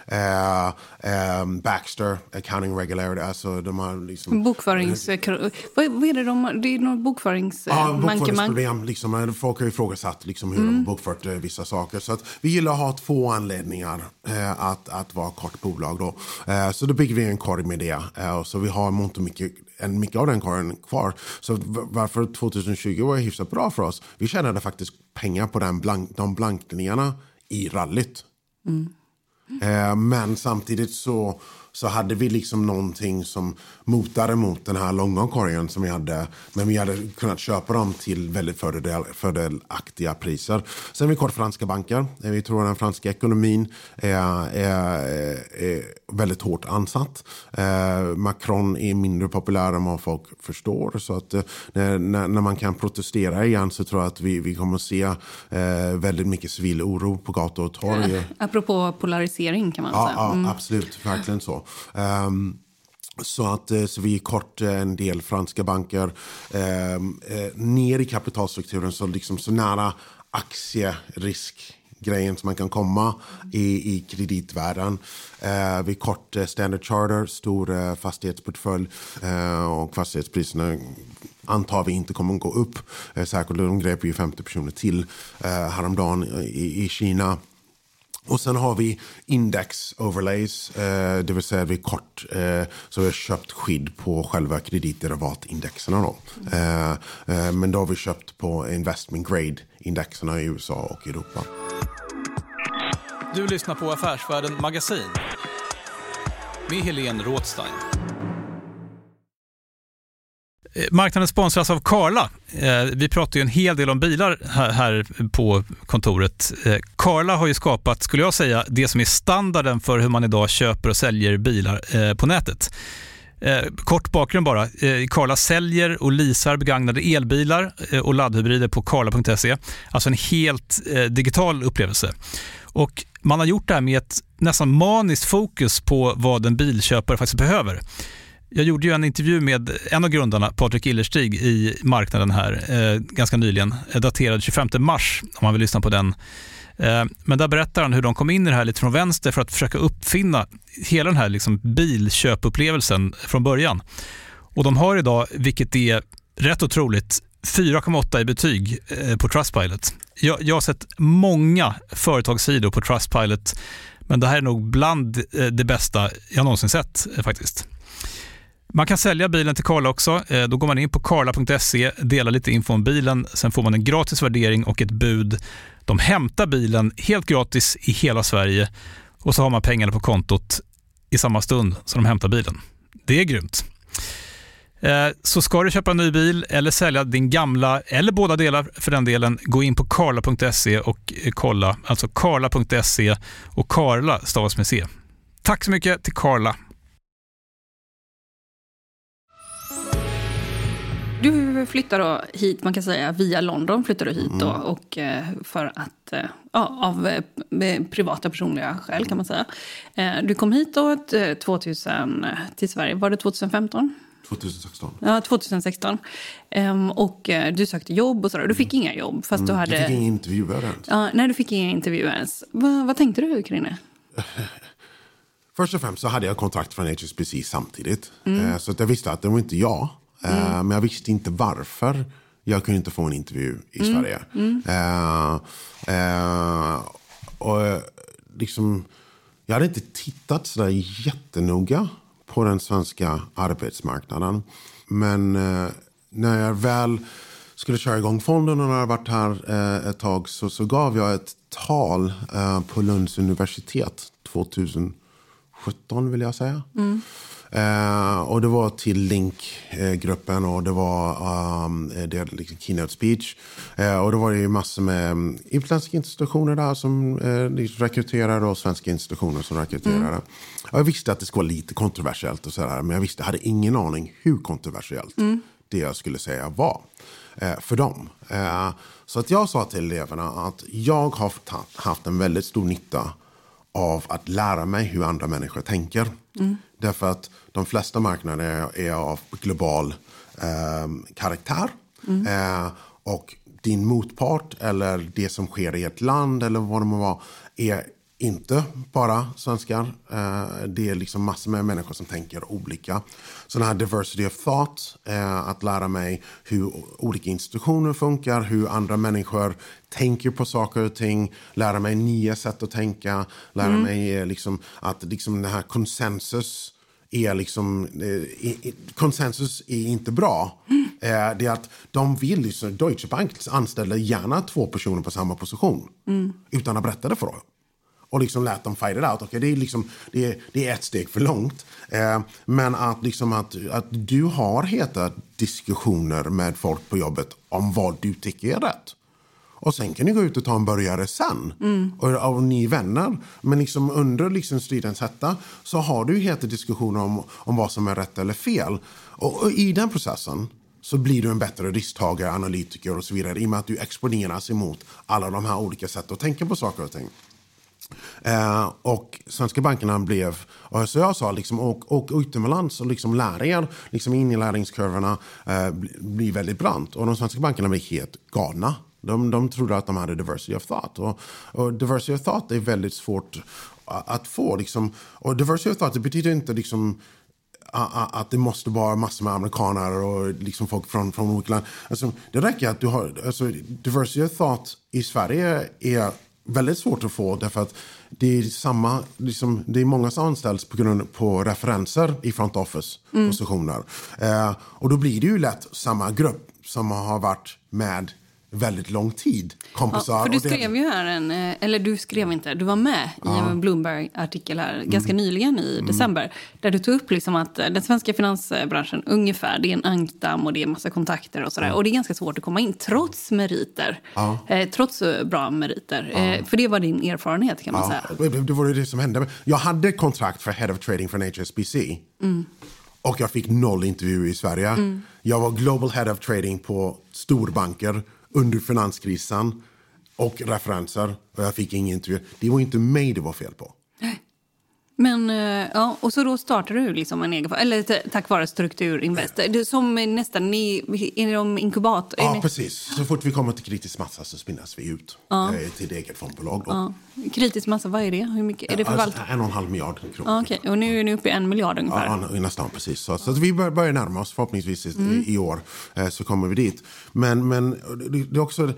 Baxter, accounting regularity, alltså de har liksom... Vad är det det är något bokföringsproblem, liksom, folk har ifrågasatt liksom, hur de har bokfört vissa saker. Så att vi gillar att ha 2 anledningar att vara kort bolag då. Så då bygger vi en korg med det. Så vi har mycket av den korgen kvar. Så varför 2020 var hyfsat bra för oss. Vi tjänade faktiskt pengar på de blankningarna i rallyt. Men samtidigt så hade vi liksom någonting som motade mot den här långa korgen som vi hade. Men vi hade kunnat köpa dem till väldigt fördelaktiga priser. Sen är vi kort franska banker. Vi tror att den franska ekonomin är väldigt hårt ansatt. Macron är mindre populär än vad folk förstår. Så att när man kan protestera igen så tror jag att vi kommer att se väldigt mycket civil oro på gator och torg. Apropå polarisering kan man säga. Ja, absolut. Verkligen så. Så vi är kort en del franska banker ner i kapitalstrukturen så nära aktieriskgrejen som man kan komma i kreditvärlden. Vi är kort Standard Charter, stor fastighetsportfölj och fastighetspriserna antar vi inte kommer att gå upp. Särskilt de grep ju 50 personer till häromdagen i Kina. Och sen har vi index overlays, det vill säga vi är kort, så vi har köpt skydd på själva kreditderivatindexerna då. Men då har vi köpt på investment grade indexerna i USA och Europa. Du lyssnar på Affärsvärlden Magasin med Helene Rådstein. Marknaden sponsras av Carla. Vi pratar ju en hel del om bilar här på kontoret. Carla har ju skapat, skulle jag säga, det som är standarden för hur man idag köper och säljer bilar på nätet. Kort bakgrund bara. Carla säljer och leasar begagnade elbilar och laddhybrider på carla.se. Alltså en helt digital upplevelse. Och man har gjort det här med ett nästan maniskt fokus på vad en bilköpare faktiskt behöver. Jag gjorde ju en intervju med en av grundarna, Patrik Illerstig, i marknaden här ganska nyligen, daterad 25 mars om man vill lyssna på den. Men där berättar han hur de kom in i det här lite från vänster för att försöka uppfinna hela den här liksom bilköpupplevelsen från början. Och de har idag, vilket är rätt otroligt, 4,8 i betyg på Trustpilot. Jag har sett många företagssidor på Trustpilot, men det här är nog bland det bästa jag någonsin sett faktiskt. Man kan sälja bilen till Carla också. Då går man in på carla.se, delar lite info om bilen. Sen får man en gratis värdering och ett bud. De hämtar bilen helt gratis i hela Sverige. Och så har man pengarna på kontot i samma stund som de hämtar bilen. Det är grymt. Så ska du köpa en ny bil eller sälja din gamla, eller båda delar för den delen, gå in på carla.se och kolla. Alltså carla.se och Carla stavas med C. Tack så mycket till Carla. Du flyttar då hit, man kan säga via London flyttar du hit då, och för att, av privata personliga skäl kan man säga. Du kom hit då 2000 till Sverige, var det 2015? 2016. Ja, 2016. Och du sökte jobb och sådär. Du fick inga jobb fast du hade... Du fick inga intervjuer ens. Ja, nej, du fick inga intervjuer ens. Vad tänkte du kring det? Först och främst så hade jag kontrakt från HSBC samtidigt. Så att jag visste att det var inte jag. Men jag visste inte varför jag kunde inte få en intervju i Sverige. Och liksom, jag hade inte tittat så där jättenoga på den svenska arbetsmarknaden. Men när jag väl skulle köra igång fonden och när jag varit här ett tag så gav jag ett tal på Lunds universitet 2017 vill jag säga. Och det var till Link-gruppen och det var det liksom keynote speech. Och då var det ju massor med utländska institutioner där som rekryterade och svenska institutioner som rekryterade. Och jag visste att det skulle vara lite kontroversiellt och sådär, men jag hade ingen aning hur kontroversiellt det jag skulle säga var för dem. Så att jag sa till eleverna att jag har haft en väldigt stor nytta av att lära mig hur andra människor tänker. Därför att de flesta marknader är av global karaktär. Och din motpart eller det som sker i ett land eller vad det må vara är inte bara svenskar. Det är liksom massor med människor som tänker olika. Så den här diversity of thought, att lära mig hur olika institutioner funkar, hur andra människor tänker på saker och ting, lära mig nya sätt att tänka, lära mig liksom att liksom den här konsensus är liksom konsensus är inte bra. Det är att de vill liksom, Deutsche Bank anställer gärna 2 personer på samma position utan att berätta det för dem. Och liksom lät dem fight it out. Okay, det är liksom, det är ett steg för långt. Men att liksom att du har heta diskussioner med folk på jobbet om vad du tycker är rätt. Och sen kan ni gå ut och ta en burgare sen. Och ni är vänner. Men liksom under liksom stridens hetta så har du heta diskussioner om vad som är rätt eller fel. Och i den processen så blir du en bättre risktagare, analytiker och så vidare. I och med att du exponeras emot alla de här olika sätt att tänka på saker och ting. Och svenska bankerna blev, och så jag sa liksom, och utomlands och liksom lära er liksom in i lärningskurvorna blir väldigt brant. Och de svenska bankerna blev helt galna. De trodde att de hade diversity of thought. Och diversity of thought är väldigt svårt att få. Liksom. Och diversity of thought, det betyder inte liksom att det måste vara massor med amerikaner och liksom folk från olika land. Alltså, det räcker att du har, alltså, diversity of thought i Sverige är väldigt svårt att få, därför att det är samma, liksom, det är många som anställs på referenser i front office positioner. Och då blir det ju lätt samma grupp som har varit med väldigt lång tid. Kompisar. Ja, för du skrev ju här eller du skrev inte, du var med i en Bloomberg-artikel här ganska nyligen i december, där du tog upp liksom att den svenska finansbranschen ungefär, det är en ankdamm och det är en massa kontakter och sådär. Och det är ganska svårt att komma in trots meriter. Trots bra meriter. För det var din erfarenhet, kan man säga. Det var det som hände. Jag hade kontrakt för Head of Trading från HSBC. Och jag fick 0 intervjuer i Sverige. Jag var Global Head of Trading på storbanker under finanskrisen och referenser, och jag fick ingen intervju. Det var inte mig det var fel på. Men ja, och så då startade du liksom en egen, eller tack vare Strukturinvest. Du som nästan är de inkubator. Ja, precis. Så fort vi kommer till kritisk massa så spinnas vi ut till det eget fondbolag då. Ja. Kritisk massa, vad är det? Hur mycket är det förvalt? 1,5 miljard kronor. Ja, okej. Och nu är ni uppe i 1 miljard ungefär. Ja, nästan precis. Så vi börjar närma oss förhoppningsvis i år, så kommer vi dit. Men det är också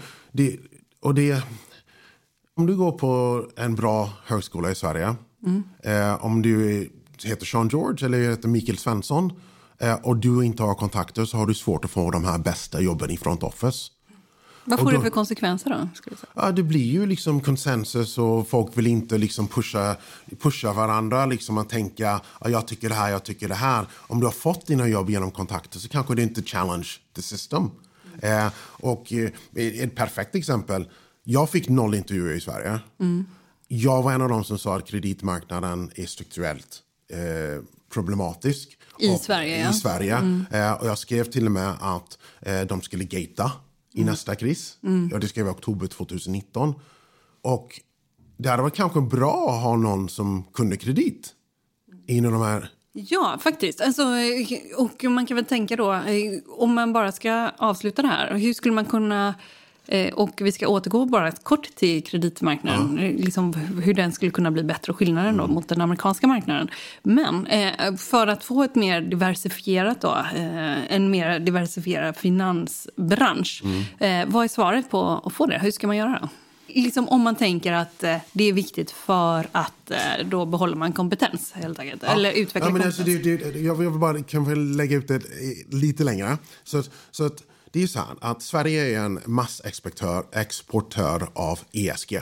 om du går på en bra högskola i Sverige, om du heter Sean George eller heter Mikael Svensson och du inte har kontakter, så har du svårt att få de här bästa jobben i front office. Vad får det för konsekvenser då? Ska du säga? Ja, det blir ju liksom konsensus och folk vill inte liksom pusha varandra, liksom att tänka jag tycker det här. Om du har fått dina jobb genom kontakter så kanske det inte challenge the system. Och ett perfekt exempel, jag fick 0 intervjuer i Sverige. Jag var en av dem som sa att kreditmarknaden är strukturellt problematisk. I Sverige. Och jag skrev till och med att de skulle gata i nästa kris. Det skrev jag i oktober 2019. Och det hade varit kanske bra att ha någon som kunde kredit inom de här. Ja, faktiskt. Alltså, och man kan väl tänka då, om man bara ska avsluta det här, hur skulle man kunna, och vi ska återgå bara kort till kreditmarknaden, liksom hur den skulle kunna bli bättre och skillnaden då mot den amerikanska marknaden. Men för att få ett mer diversifierat då, en mer diversifierad finansbransch, vad är svaret på att få det? Hur ska man göra då? Liksom om man tänker att det är viktigt för att då behåller man kompetens helt enkelt, eller utveckla kompetens. Alltså, jag vill bara kan lägga ut det lite längre. Så att det är så här att Sverige är en massexportör av ESG.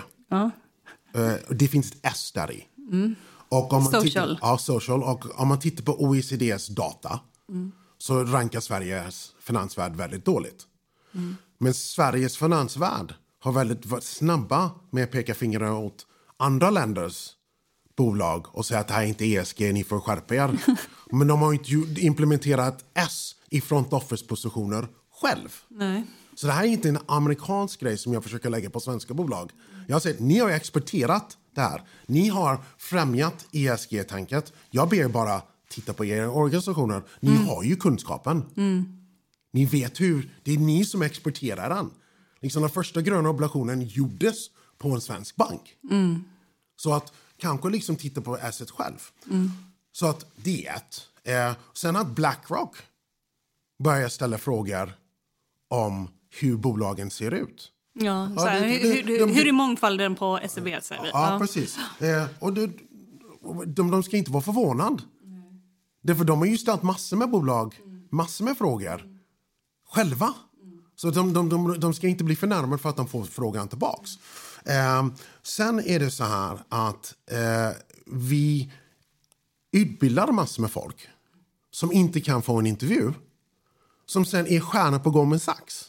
Det finns ett S där i. Och om man social. Social. Och om man tittar på OECDs data så rankar Sveriges finansvärld väldigt dåligt. Men Sveriges finansvärld har varit snabba med att peka fingrar åt andra länders bolag och säga att det här är inte ESG, ni får skärpa er. Men de har inte implementerat S i front office-positioner själv. Nej. Så det här är inte en amerikansk grej som jag försöker lägga på svenska bolag. Jag har sagt, ni har exporterat det här. Ni har främjat ESG-tanket. Jag ber bara titta på era organisationer. Ni har ju kunskapen. Ni vet hur, det är ni som exporterar den. Liksom den första gröna obligationen gjordes på en svensk bank. Så att kanske liksom titta på asset själv. Så att det är ett. Sen att BlackRock börjar ställa frågor om hur bolagen ser ut. Ja, så här, hur är mångfalden på SEB? Ja, precis. Och de ska inte vara förvånade. Därför de har ju ställt massor med bolag, massor med frågor själva. Så de ska inte bli förnärmade för att de får frågan tillbaks. Sen är det så här att vi utbildar massor med folk som inte kan få en intervju, som sen är stjärnor på Goldman Sachs.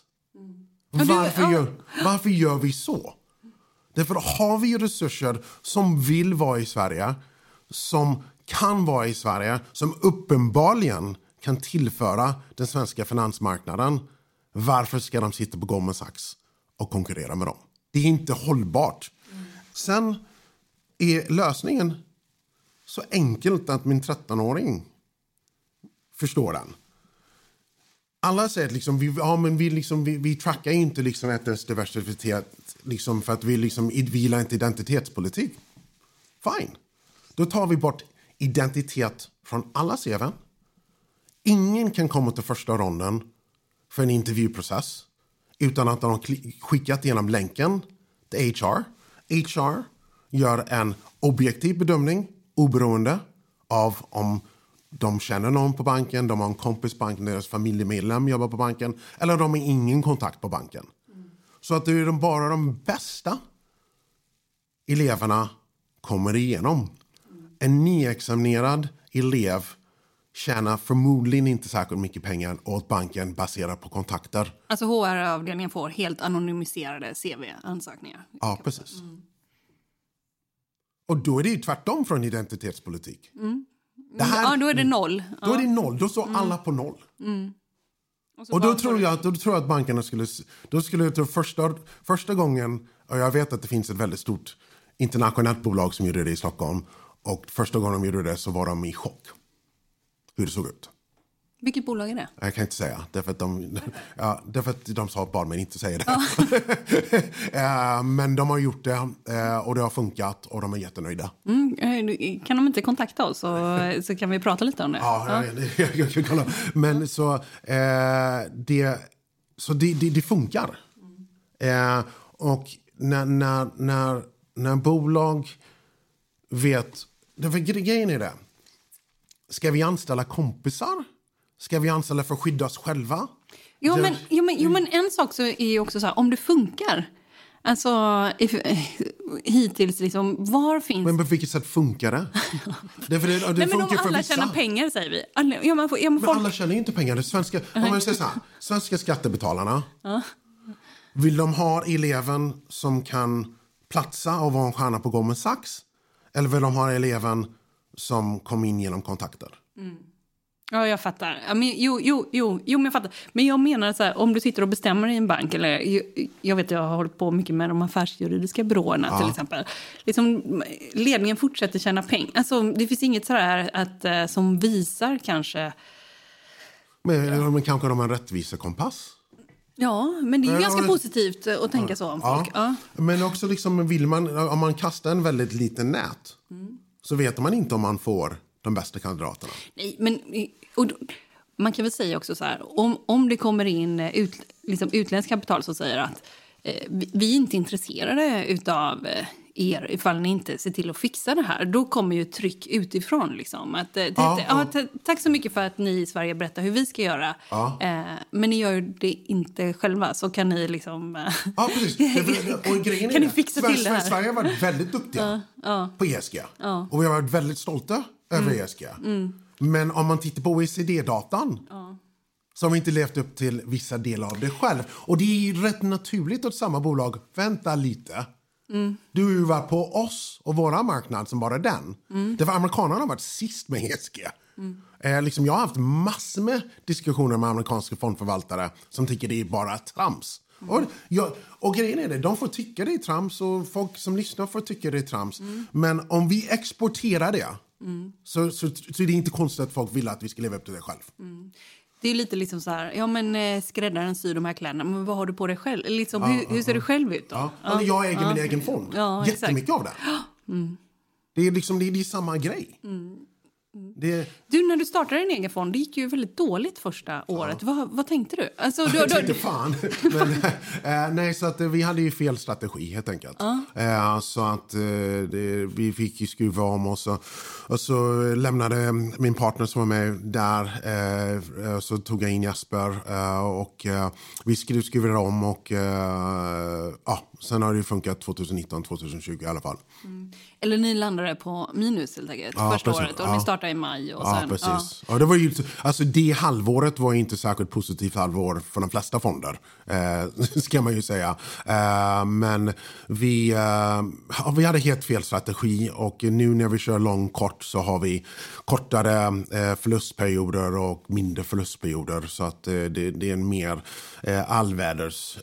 Varför gör vi så? Därför har vi resurser som vill vara i Sverige, som kan vara i Sverige, som uppenbarligen kan tillföra den svenska finansmarknaden. Varför ska de sitta på Goldman Sachs och konkurrera med dem? Det är inte hållbart. Sen är lösningen så enkelt att min 13-åring förstår den. Alla säger att liksom, vi trackar inte liksom etnisk diversitet liksom för att vi gillar inte identitetspolitik. Fine. Då tar vi bort identitet från alla CV:n. Ingen kan komma till första ronden för en intervjuprocess utan att de har skickat igenom länken till HR. HR gör en objektiv bedömning oberoende av om de känner någon på banken, de har en kompis på banken, deras familjemedlem jobbar på banken eller de har ingen kontakt på banken. Så att det är bara de bästa eleverna kommer igenom. En nyexaminerad elev tjänar förmodligen inte särskilt mycket pengar åt banken baserat på kontakter. Alltså HR-avdelningen får helt anonymiserade CV-ansökningar. Ja, precis. Och då är det ju tvärtom från identitetspolitik. Då är det noll. Då är det noll. Då står alla på noll. Och då tror jag att bankerna skulle första gången, och jag vet att det finns ett väldigt stort internationellt bolag som gjorde det i Stockholm, och första gången de gjorde det så var de i chock hur det såg ut. Vilket bolag är det? Jag kan inte säga, därför att de sa bara men inte säga det. Men de har gjort det och det har funkat och de är jättenöjda. Kan de inte kontakta oss så kan vi prata lite om det? Ja. Jag kan kolla. Men det funkar. Och när bolag vet, därför grejen är det. Ska vi anställa kompisar? Ska vi anställa för att skydda oss själva? Jo, men en sak så är ju också så här, om det funkar. Alltså, hittills liksom, var finns... Men på vilket sätt funkar det? Det funkar men om för alla vissa. tjänar pengar, säger vi. Men alla tjänar inte pengar. Det svenska, om man säger så här, svenska skattebetalarna, vill de ha eleven som kan platsa och vara en stjärna på Goldman Sachs? Eller vill de ha eleven som kom in genom kontakter? Ja, jag fattar. Ja, men, men jag fattar. Men jag menar så här, om du sitter och bestämmer i en bank, eller jag vet jag har hållit på mycket med de affärsjuridiska byråerna till exempel. Liksom, ledningen fortsätter tjäna pengar. Alltså, det finns inget så här som visar kanske... Men kanske de har en rättvisekompass? Ja, men det är ju ganska positivt att tänka så om folk. Ja. Men också liksom, om man kastar en väldigt liten nät så vet man inte om man får de bästa kandidaterna. Nej, men man kan väl säga också så här, om det kommer in utländskt kapital som säger att vi är inte intresserade utav er ifall ni inte ser till att fixa det här, då kommer ju tryck utifrån liksom. Tack så mycket för att ni i Sverige berättar hur vi ska göra. Men ni gör det inte själva, så kan ni liksom... Ja, precis. Och grejen kan ni fixa till det här? Sverige har varit väldigt duktiga på ESG. Och vi har varit väldigt stolta över ESG. Men om man tittar på OECD-datan så har vi inte levt upp till vissa delar av det själv. Och det är ju rätt naturligt att samma bolag, vänta lite. Du var på oss och våra marknad som bara den. Därför amerikanerna har varit sist med ESG. Jag har haft massor med diskussioner med amerikanska fondförvaltare som tycker det är bara trams. Och grejen är det, de får tycka det är trams och folk som lyssnar får tycka det är trams. Men om vi exporterar det så är det inte konstigt att folk vill att vi ska leva upp till det själv. Det är lite liksom så här, ja men skräddaren syr de här kläderna, men vad har du på dig själv? Liksom, hur ser du själv ut då? Jag äger min egen fond. Jättemycket av det. Det är liksom det är samma grej. Du, när du startade din egen fond, det gick ju väldigt dåligt första året. Vad tänkte du? Alltså, Jag tänkte fan. Nej, så att vi hade ju fel strategi helt enkelt. Så att vi fick ju skruva om och så lämnade min partner som var med där. Så tog jag in Jesper och vi skruvade om och sen har det funkat 2019-2020 i alla fall. Eller ni landade på minus helt enkelt första året och ni startade i maj. Och sen, precis. Ja, det var ju, alltså det halvåret var inte särskilt positivt halvår för de flesta fonder, ska man ju säga. Men vi hade helt fel strategi och nu när vi kör långkort så har vi kortare förlustperioder och mindre förlustperioder så att det är en mer allväders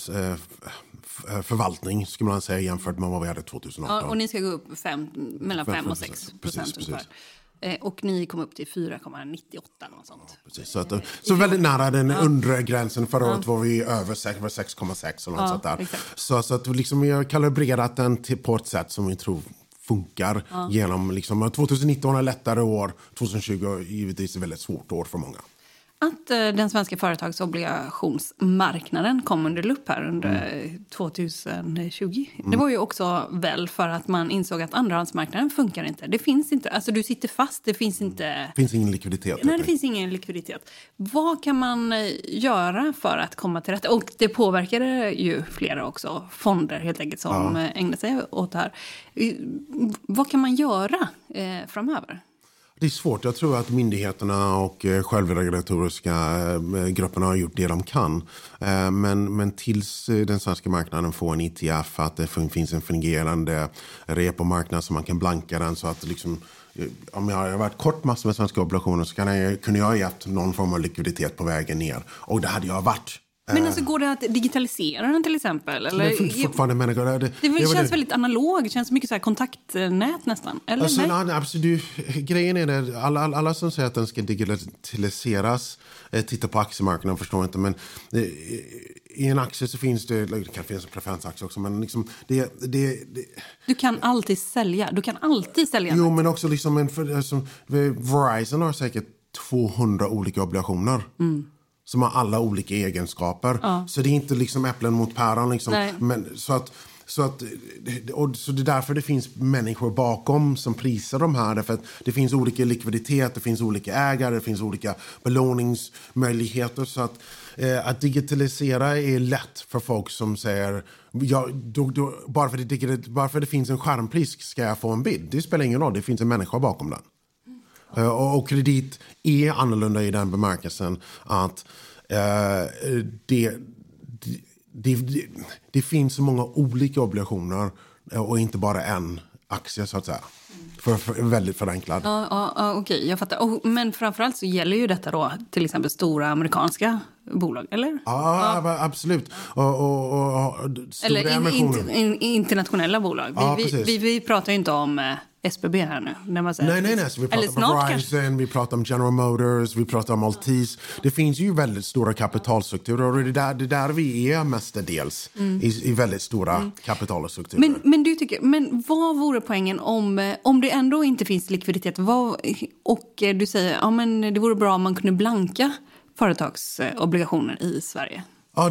förvaltning skulle man säga jämfört med vad vi hade 2018. Ja, och ni ska gå upp mellan 5 och 6% ungefär. Och ni kom upp till 4,98 och sånt. Precis, så väldigt nära den undre gränsen. Förra året var vi över 6,6 eller något sånt där. Så att liksom vi har kalibrerat den på ett sätt som vi tror funkar genom liksom 2019 är lättare år, 2020 givetvis är väldigt svårt år för många. Att den svenska företagsobligationsmarknaden kom under lupp här under 2020. Det var ju också väl för att man insåg att andrahandsmarknaden funkar inte. Det finns inte, alltså du sitter fast, det finns inte... Det finns ingen likviditet. Nej, det finns ingen likviditet. Vad kan man göra för att komma till rätta? Och det påverkade ju flera också fonder helt enkelt som ägnar sig åt det här. Vad kan man göra framöver? Det är svårt. Jag tror att myndigheterna och självregulatoriska grupperna har gjort det de kan. Men tills den svenska marknaden får en ETF, att det finns en fungerande repomarknad så man kan blanka den så att liksom, om jag har varit kort massor med svenska obligationer så kunde jag ha gett någon form av likviditet på vägen ner. Och det hade jag varit. Men alltså går det att digitalisera den till exempel? Eller? Det finns fortfarande människor. Det känns väldigt analog. Det känns mycket så här kontaktnät nästan. Eller alltså, grejen är det, alla som säger att den ska digitaliseras tittar på aktiemarknaden förstår inte. Men i en aktie så finns det kan finnas en preferensaktie också. Men liksom, du kan alltid sälja. Jo, men också liksom Verizon har säkert 200 olika obligationer. Som har alla olika egenskaper. Så det är inte liksom äpplen mot päron. Liksom. Men, så det är därför det finns människor bakom som prisar de här. Därför att det finns olika likviditet, det finns olika ägare, det finns olika belåningsmöjligheter. Så att digitalisera är lätt för folk som säger bara för det finns en skärmpris ska jag få en bid. Det spelar ingen roll, det finns en människa bakom den. Och kredit är annorlunda i den bemärkelsen att det finns så många olika obligationer och inte bara en aktie så att säga. För väldigt förenklad. Okej, jag fattar. Men framförallt så gäller ju detta då till exempel stora amerikanska bolag, eller? Ja. Absolut. Och eller internationella bolag. Vi pratar ju inte om SBB här nu. När man säger nej. Så vi pratar om Verizon, vi pratar om General Motors, vi pratar om Altice. Det finns ju väldigt stora kapitalstrukturer och det är där vi är mestadels i väldigt stora kapitalstrukturer. Men vad vore poängen om det ändå inte finns likviditet? Och du säger men det vore bra om man kunde blanka företagsobligationer i Sverige. Ja,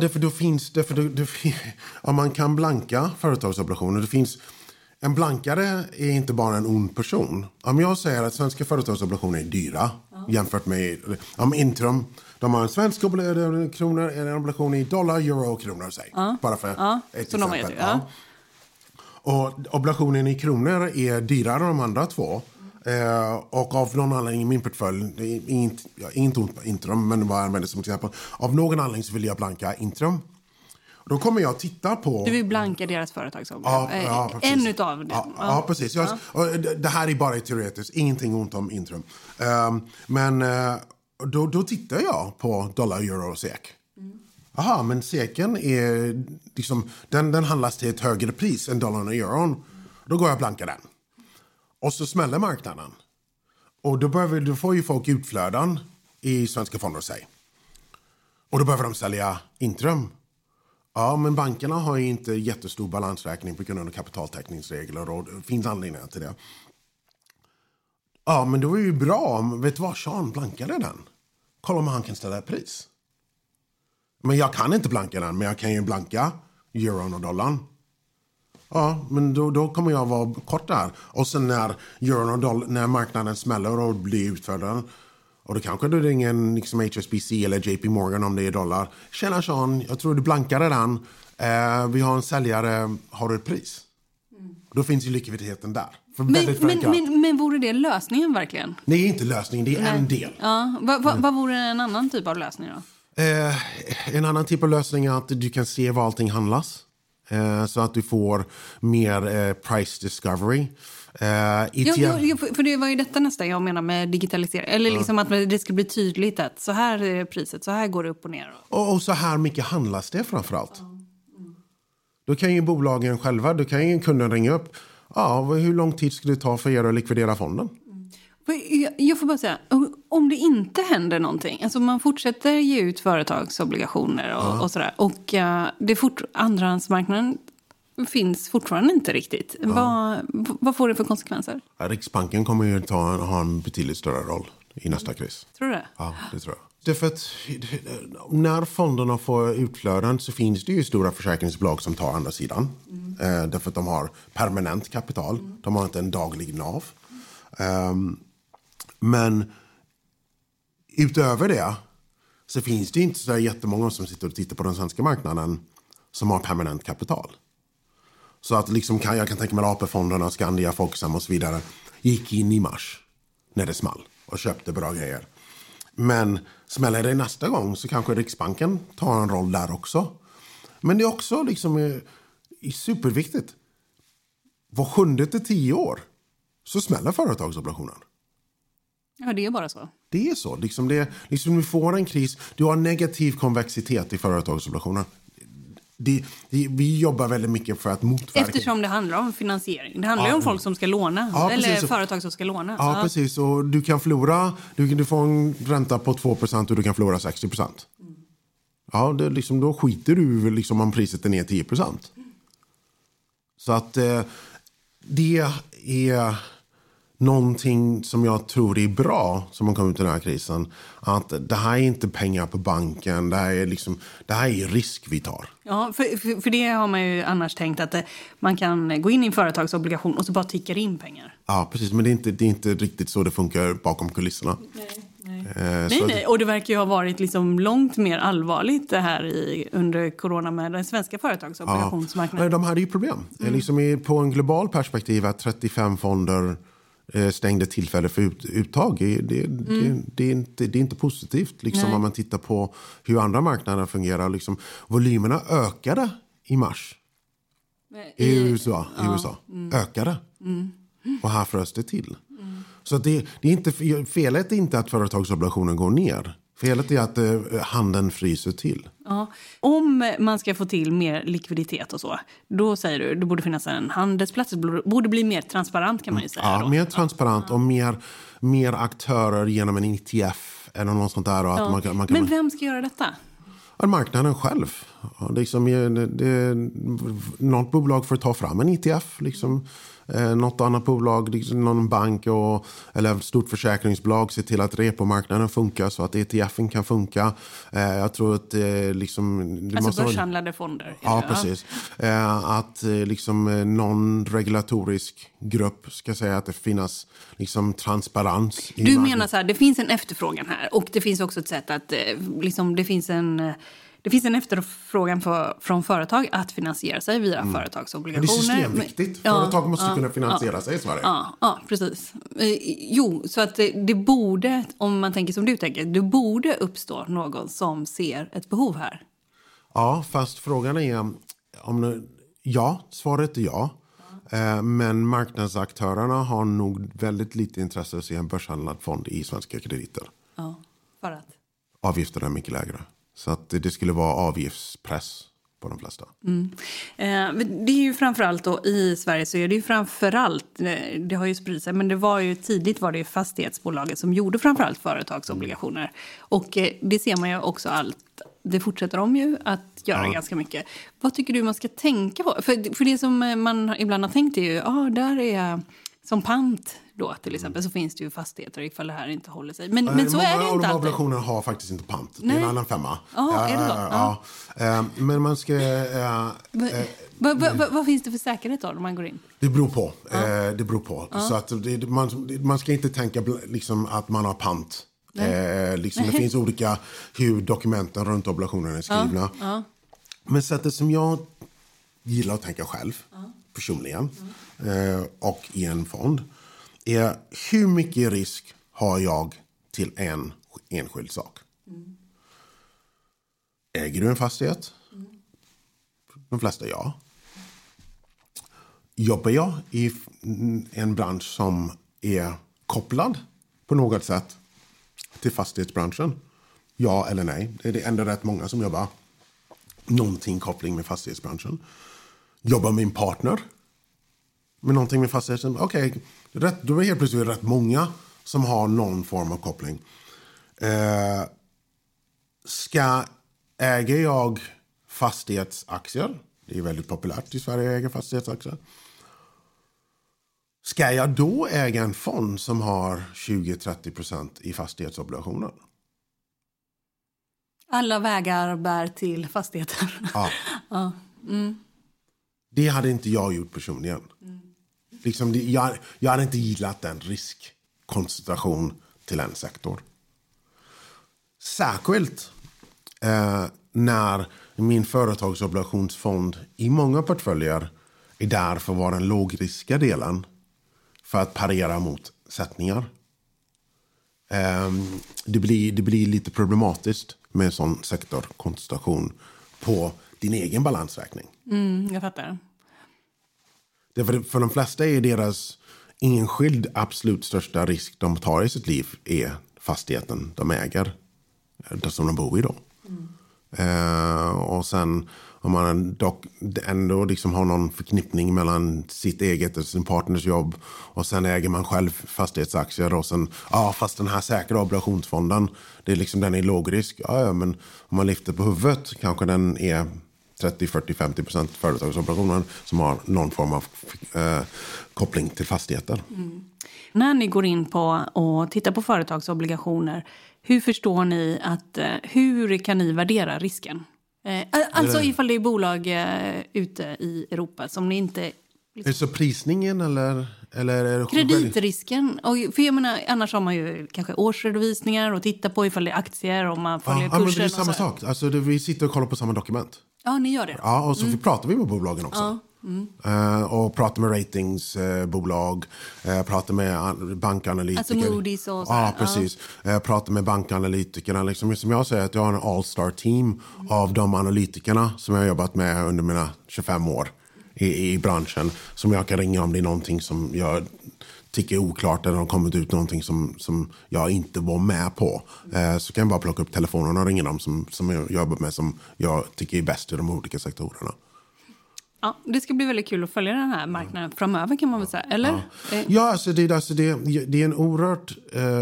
om man kan blanka företagsobligationer. Det finns en blankare är inte bara en ond person. Om jag säger att svenska företagsobligationer är dyra jämfört med Intrum. De har en svensk kronor, en obligation i dollar, euro och kronor. Bara för ett exempel. Och obligationen i kronor är dyrare än de andra två. Och av någon anledning i min portfölj, inte ont på Intrum, men bara använder som exempel. Av någon anledning så vill jag blanka Intrum. Då kommer jag titta på... Du vill blanka deras företagsobligation. En utav dem. Ja, precis. Det här är bara teoretiskt. Ingenting ont om Intrum. Men då tittar jag på dollar, euro och SEK. Jaha, men SEKen är liksom... Den handlas till ett högre pris än dollarn och euron. Då går jag blanka den. Och så smäller marknaden. Och då får ju folk utflöden i svenska fonder sig. Och då behöver de sälja Intrum. Ja, men bankerna har ju inte jättestor balansräkning på grund av kapitaltäckningsregler och det finns anledningar till det. Ja, men det var ju bra. Vet du vad? Sean blankade den. Kolla om han kan ställa ett pris. Men jag kan inte blanka den, men jag kan ju blanka euron och dollarn. Ja, men då kommer jag vara kort där. Och sen när euron och dollar, när marknaden smäller och blir utförd, och då kanske du ringer en liksom HSBC eller JP Morgan om det är dollar. Tjena Sean, jag tror du blankade den. Vi har en säljare, har du ett pris? Då finns ju likviditeten där. Men vore det lösningen verkligen? Nej, det är inte lösningen, det är en del. Ja, vad vore en annan typ av lösning då? En annan typ av lösning är att du kan se var allting handlas. Så att du får mer price discovery. För det var ju detta nästa jag menar med digitalisering. Eller liksom att det ska bli tydligt att så här är priset, så här går det upp och ner. Och så här mycket handlas det framförallt. Då kan ju bolagen själva, då kan ju kunden ringa upp. Ja, hur lång tid ska det ta för er att likvidera fonden? Jag får bara säga, om det inte händer någonting, alltså man fortsätter ge ut företagsobligationer och sådär, och andrahandsmarknaden finns fortfarande inte riktigt. Vad får det för konsekvenser? Riksbanken kommer ju ha en betydligt större roll i nästa kris. Tror du det? Ja, det tror jag. Därför att när fonderna får utflöden så finns det ju stora försäkringsbolag som tar andra sidan. Därför att de har permanent kapital. De har inte en daglig NAV. Men utöver det så finns det inte så jättemånga som sitter och tittar på den svenska marknaden som har permanent kapital. Så att liksom jag kan tänka mig AP-fonderna, Skandia, Folksam och så vidare gick in i mars när det small och köpte bra grejer. Men smäller det nästa gång så kanske Riksbanken tar en roll där också. Men det är också liksom är superviktigt. Var 7 till 10 år så smäller företagsobligationen. Ja, det är bara så. Det är så. Liksom du får en kris. Du har negativ konvexitet i företagsobligationer. Vi jobbar väldigt mycket för att motverka. Eftersom det handlar om finansiering. Det handlar ju om folk som ska låna. Eller företag som ska låna. Ja, precis. Och du kan förlora. Du får en ränta på 2% och du kan förlora 60%. Ja, då skiter du liksom om priset är ner 10%. Så att det är någonting som jag tror är bra som man kommer ut i den här krisen. Att det här är inte pengar på banken. Det här är risk vi tar. Ja, för det har man ju annars tänkt att man kan gå in i en företagsobligation och så bara tickar in pengar. Ja, precis. Men det är inte riktigt så det funkar bakom kulisserna. Nej. Och det verkar ju ha varit liksom långt mer allvarligt det här under corona med den svenska företagsobligationsmarknaden. Ja, de hade ju problem. På en global perspektiv att 35 fonder stängde tillfälle för uttag. Det är inte positivt om man tittar på hur andra marknader fungerar. Volymerna ökade i mars. I USA. Ökade. Och här frös det till. Så det är inte, felet är inte att företagsobligationen går ner. Felet är att handeln fryser till. Ja. Om man ska få till mer likviditet och så, då säger du, det borde finnas en handelsplats, det borde bli mer transparent kan man ju säga. Ja, mer transparent och mer aktörer genom en ETF eller något sånt där. Och att man kan, men vem ska göra detta? Marknaden själv. Något bolag får ta fram en ETF. Något annat bolag, någon bank eller ett stort försäkringsbolag ser till att repomarknaden funkar så att ETFen kan funka. Jag tror att börshandlade fonder. Ja, precis. Att någon regulatorisk grupp ska säga att det finns transparens. Du menar så här, det finns en efterfrågan här och det finns också ett sätt att det finns en efterfrågan från företag att finansiera sig via företagsobligationer. Det är systemviktigt. Företag måste kunna finansiera sig i Sverige. Ja, precis. Så att det borde, om man tänker som du tänker, det borde uppstå någon som ser ett behov här. Ja, fast frågan är svaret är ja. Men marknadsaktörerna har nog väldigt lite intresse att se en börshandlad fond i svenska krediter. Ja, för att? Avgifterna är mycket lägre. Så att det skulle vara avgiftspress på de flesta. Det är ju framförallt då, i Sverige så är det ju framförallt, det har ju spridit sig, men det var ju tidigt var det fastighetsbolaget som gjorde framförallt företagsobligationer. Och det ser man ju också det fortsätter de ju att göra ganska mycket. Vad tycker du man ska tänka på? För det som man ibland har tänkt är ju, där är som pant då till exempel, så finns det ju fastigheter ifall det här inte håller sig. Men så är det inte alltid. Många av obligationerna har faktiskt inte pant. Nej. Det är en annan femma. Är det så? Ja. Men man ska... Vad finns det för säkerhet då om man går in? Det beror på. Det beror på. Så att man ska inte tänka liksom att man har pant. Det finns olika hur dokumenten runt obligationerna är skrivna. Men sättet som jag gillar att tänka själv personligen och i en fond är hur mycket risk har jag till en enskild sak. Äger du en fastighet? De flesta ja. Jobbar jag i en bransch som är kopplad på något sätt till fastighetsbranschen? Ja eller nej? Det är det ändå rätt många som jobbar någonting koppling med fastighetsbranschen. Jobbar min partner med någonting med fastigheten? Okej, då är det helt plötsligt rätt många som har någon form av koppling. Äger jag fastighetsaktier? Det är väldigt populärt i Sverige att äga fastighetsaktier. Ska jag då äga en fond som har 20-30% i fastighetsobligationer? Alla vägar bär till fastigheter. Ja. Det hade inte jag gjort personligen. Jag hade inte gillat en riskkoncentration till en sektor. Särskilt när min företagsobligationsfond i många portföljer är där för att vara den lågriska delen för att parera mot sättningar. Det blir lite problematiskt med en sån sektorkoncentration på din egen balansräkning. Jag fattar. För de flesta är deras enskild absolut största risk de tar i sitt liv är fastigheten de äger, där som de bor i då. Och sen om man dock ändå liksom har någon förknippning mellan sitt eget och sin partners jobb och sen äger man själv fastighetsaktier och sen, fast den här säkra obligationsfonden, det är liksom, den är låg risk. Men om man lyfter på huvudet kanske den är 30, 40, 50% företagsobligationer som har någon form av koppling till fastigheter. När ni går in på och tittar på företagsobligationer, hur förstår ni hur kan ni värdera risken? Alltså ifall det är bolag ute i Europa som ni inte... Är det så prisningen eller är det kreditrisken? För jag menar, annars har man ju kanske årsredovisningar och tittar på ifall det är aktier och man följer kursen. Men det är samma sak. Alltså, vi sitter och kollar på samma dokument. Ja, ni gör det. Ja, och så pratar vi med bolagen också. Och pratar med ratingsbolag, pratar med bankanalytiker. Alltså Moody's och så. Ja, precis. Pratar med bankanalytikerna. Liksom, som jag säger, att jag har en all-star team av de analytikerna som jag har jobbat med under mina 25 år i branschen. Som jag kan ringa om det är någonting som jag tycker är oklart eller har kommit ut någonting som jag inte var med på. Så kan jag bara plocka upp telefonen och ringa dem som jag jobbar med, som jag tycker är bäst i de olika sektorerna. Ja, det ska bli väldigt kul att följa den här marknaden framöver, kan man väl säga, eller? Ja, alltså det är en oerhört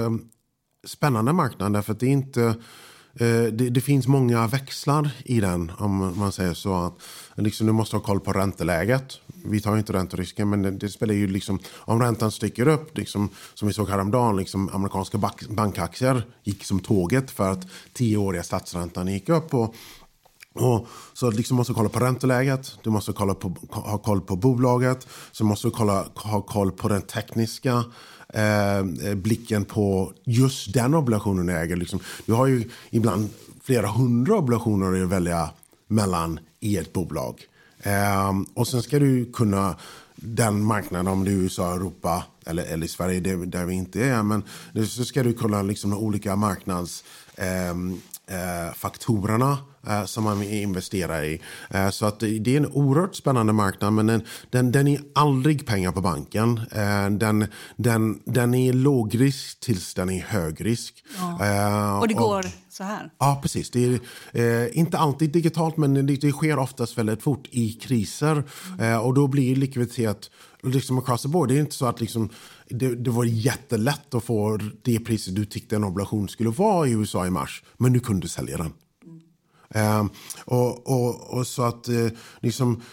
spännande marknad, därför att det är inte... Det finns många växlar i den, om man säger så. Att, liksom, du måste ha koll på ränteläget. Vi tar inte ränterisken, men det spelar ju liksom... Om räntan sticker upp, liksom, som vi såg häromdagen, liksom, amerikanska bankaktier gick som tåget för att 10-åriga statsräntan gick upp. Och så liksom måste du kolla på ränteläget, du måste ha koll på bolaget, så måste du ha koll på den tekniska blicken på just den obligationen du äger. Liksom, du har ju ibland flera 100 obligationer att välja mellan i ett bolag. Och sen ska du kunna den marknaden, om det är USA, Europa eller i Sverige där vi inte är, men så ska du kunna liksom de olika faktorerna som man investerar i. Så att det är en oerhört spännande marknad, men den är aldrig pengar på banken. Den är lågrisk tills den är högrisk. Ja. Och det går så här? Ja, precis. Det är inte alltid digitalt, men det sker oftast väldigt fort i kriser. Och då blir likviditet liksom across the board. Det är inte så att liksom, det var jättelätt att få det priset du tyckte en obligation skulle vara i USA i mars, men du kunde sälja den. Och så att liksom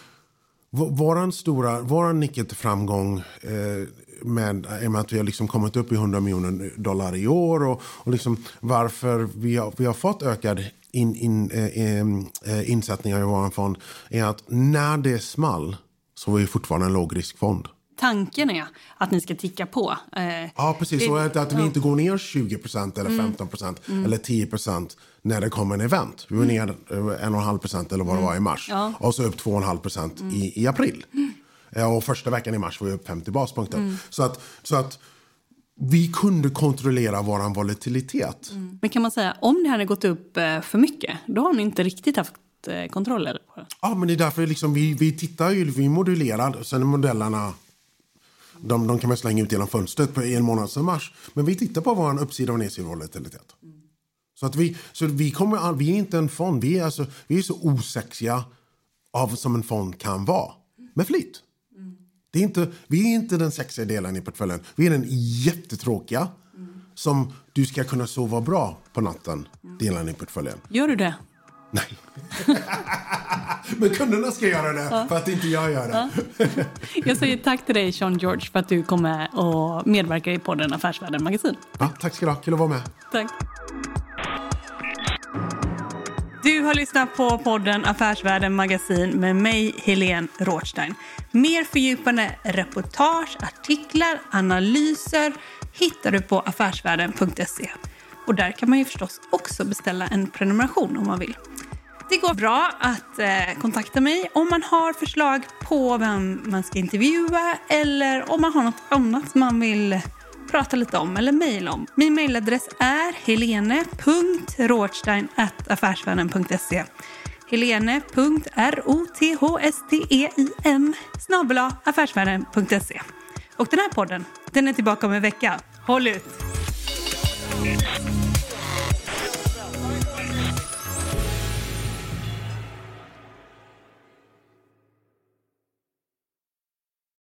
våran nyckel till framgång med att vi har liksom kommit upp i $100 miljoner i år och liksom varför vi har fått ökad insättningar i vår fond är att när det är small så är vi fortfarande en lågriskfond. Tanken är att ni ska ticka på. Ja, precis. Så att vi inte går ner 20% eller 15% eller 10% när det kommer en event. Vi var ner 1,5% eller vad det var i mars. Ja. Och så upp 2,5% i april. Och första veckan i mars var vi upp 50 baspunkter. Så att vi kunde kontrollera våran volatilitet. Men kan man säga, om det hade gått upp för mycket, då har ni inte riktigt haft kontroller på det? Ja, men det är därför liksom vi tittar ju, vi modulerar, sen är modellerna de kan man slänga ut genom fönstret i en månad som mars. Men vi tittar på vår uppsida och nedsida volatilitet. Så att vi är inte en fond, vi är så osexiga som en fond kan vara. Med flit. Vi är inte den sexiga delen i portföljen. Vi är den jättetråkiga som du ska kunna sova bra på natten delen i portföljen. Gör du det? Nej. Men kunderna ska göra det för att inte jag gör det. Jag säger tack till dig, Sean George, för att du kom med och medverkar i podden Affärsvärlden Magasin. Ja, tack ska du ha. Kul att vara med. Tack. Du har lyssnat på podden Affärsvärlden Magasin med mig, Helene Rothstein. Mer fördjupande reportage, artiklar, analyser hittar du på affärsvärlden.se. Och där kan man ju förstås också beställa en prenumeration om man vill. Det går bra att kontakta mig om man har förslag på vem man ska intervjua eller om man har något annat man vill prata lite om eller mejla om. Min mejladress är helene.rothstein@affärsvärlden.se helene.rothstein@affärsvärlden.se. Och den här podden, den är tillbaka om en vecka. Håll ut!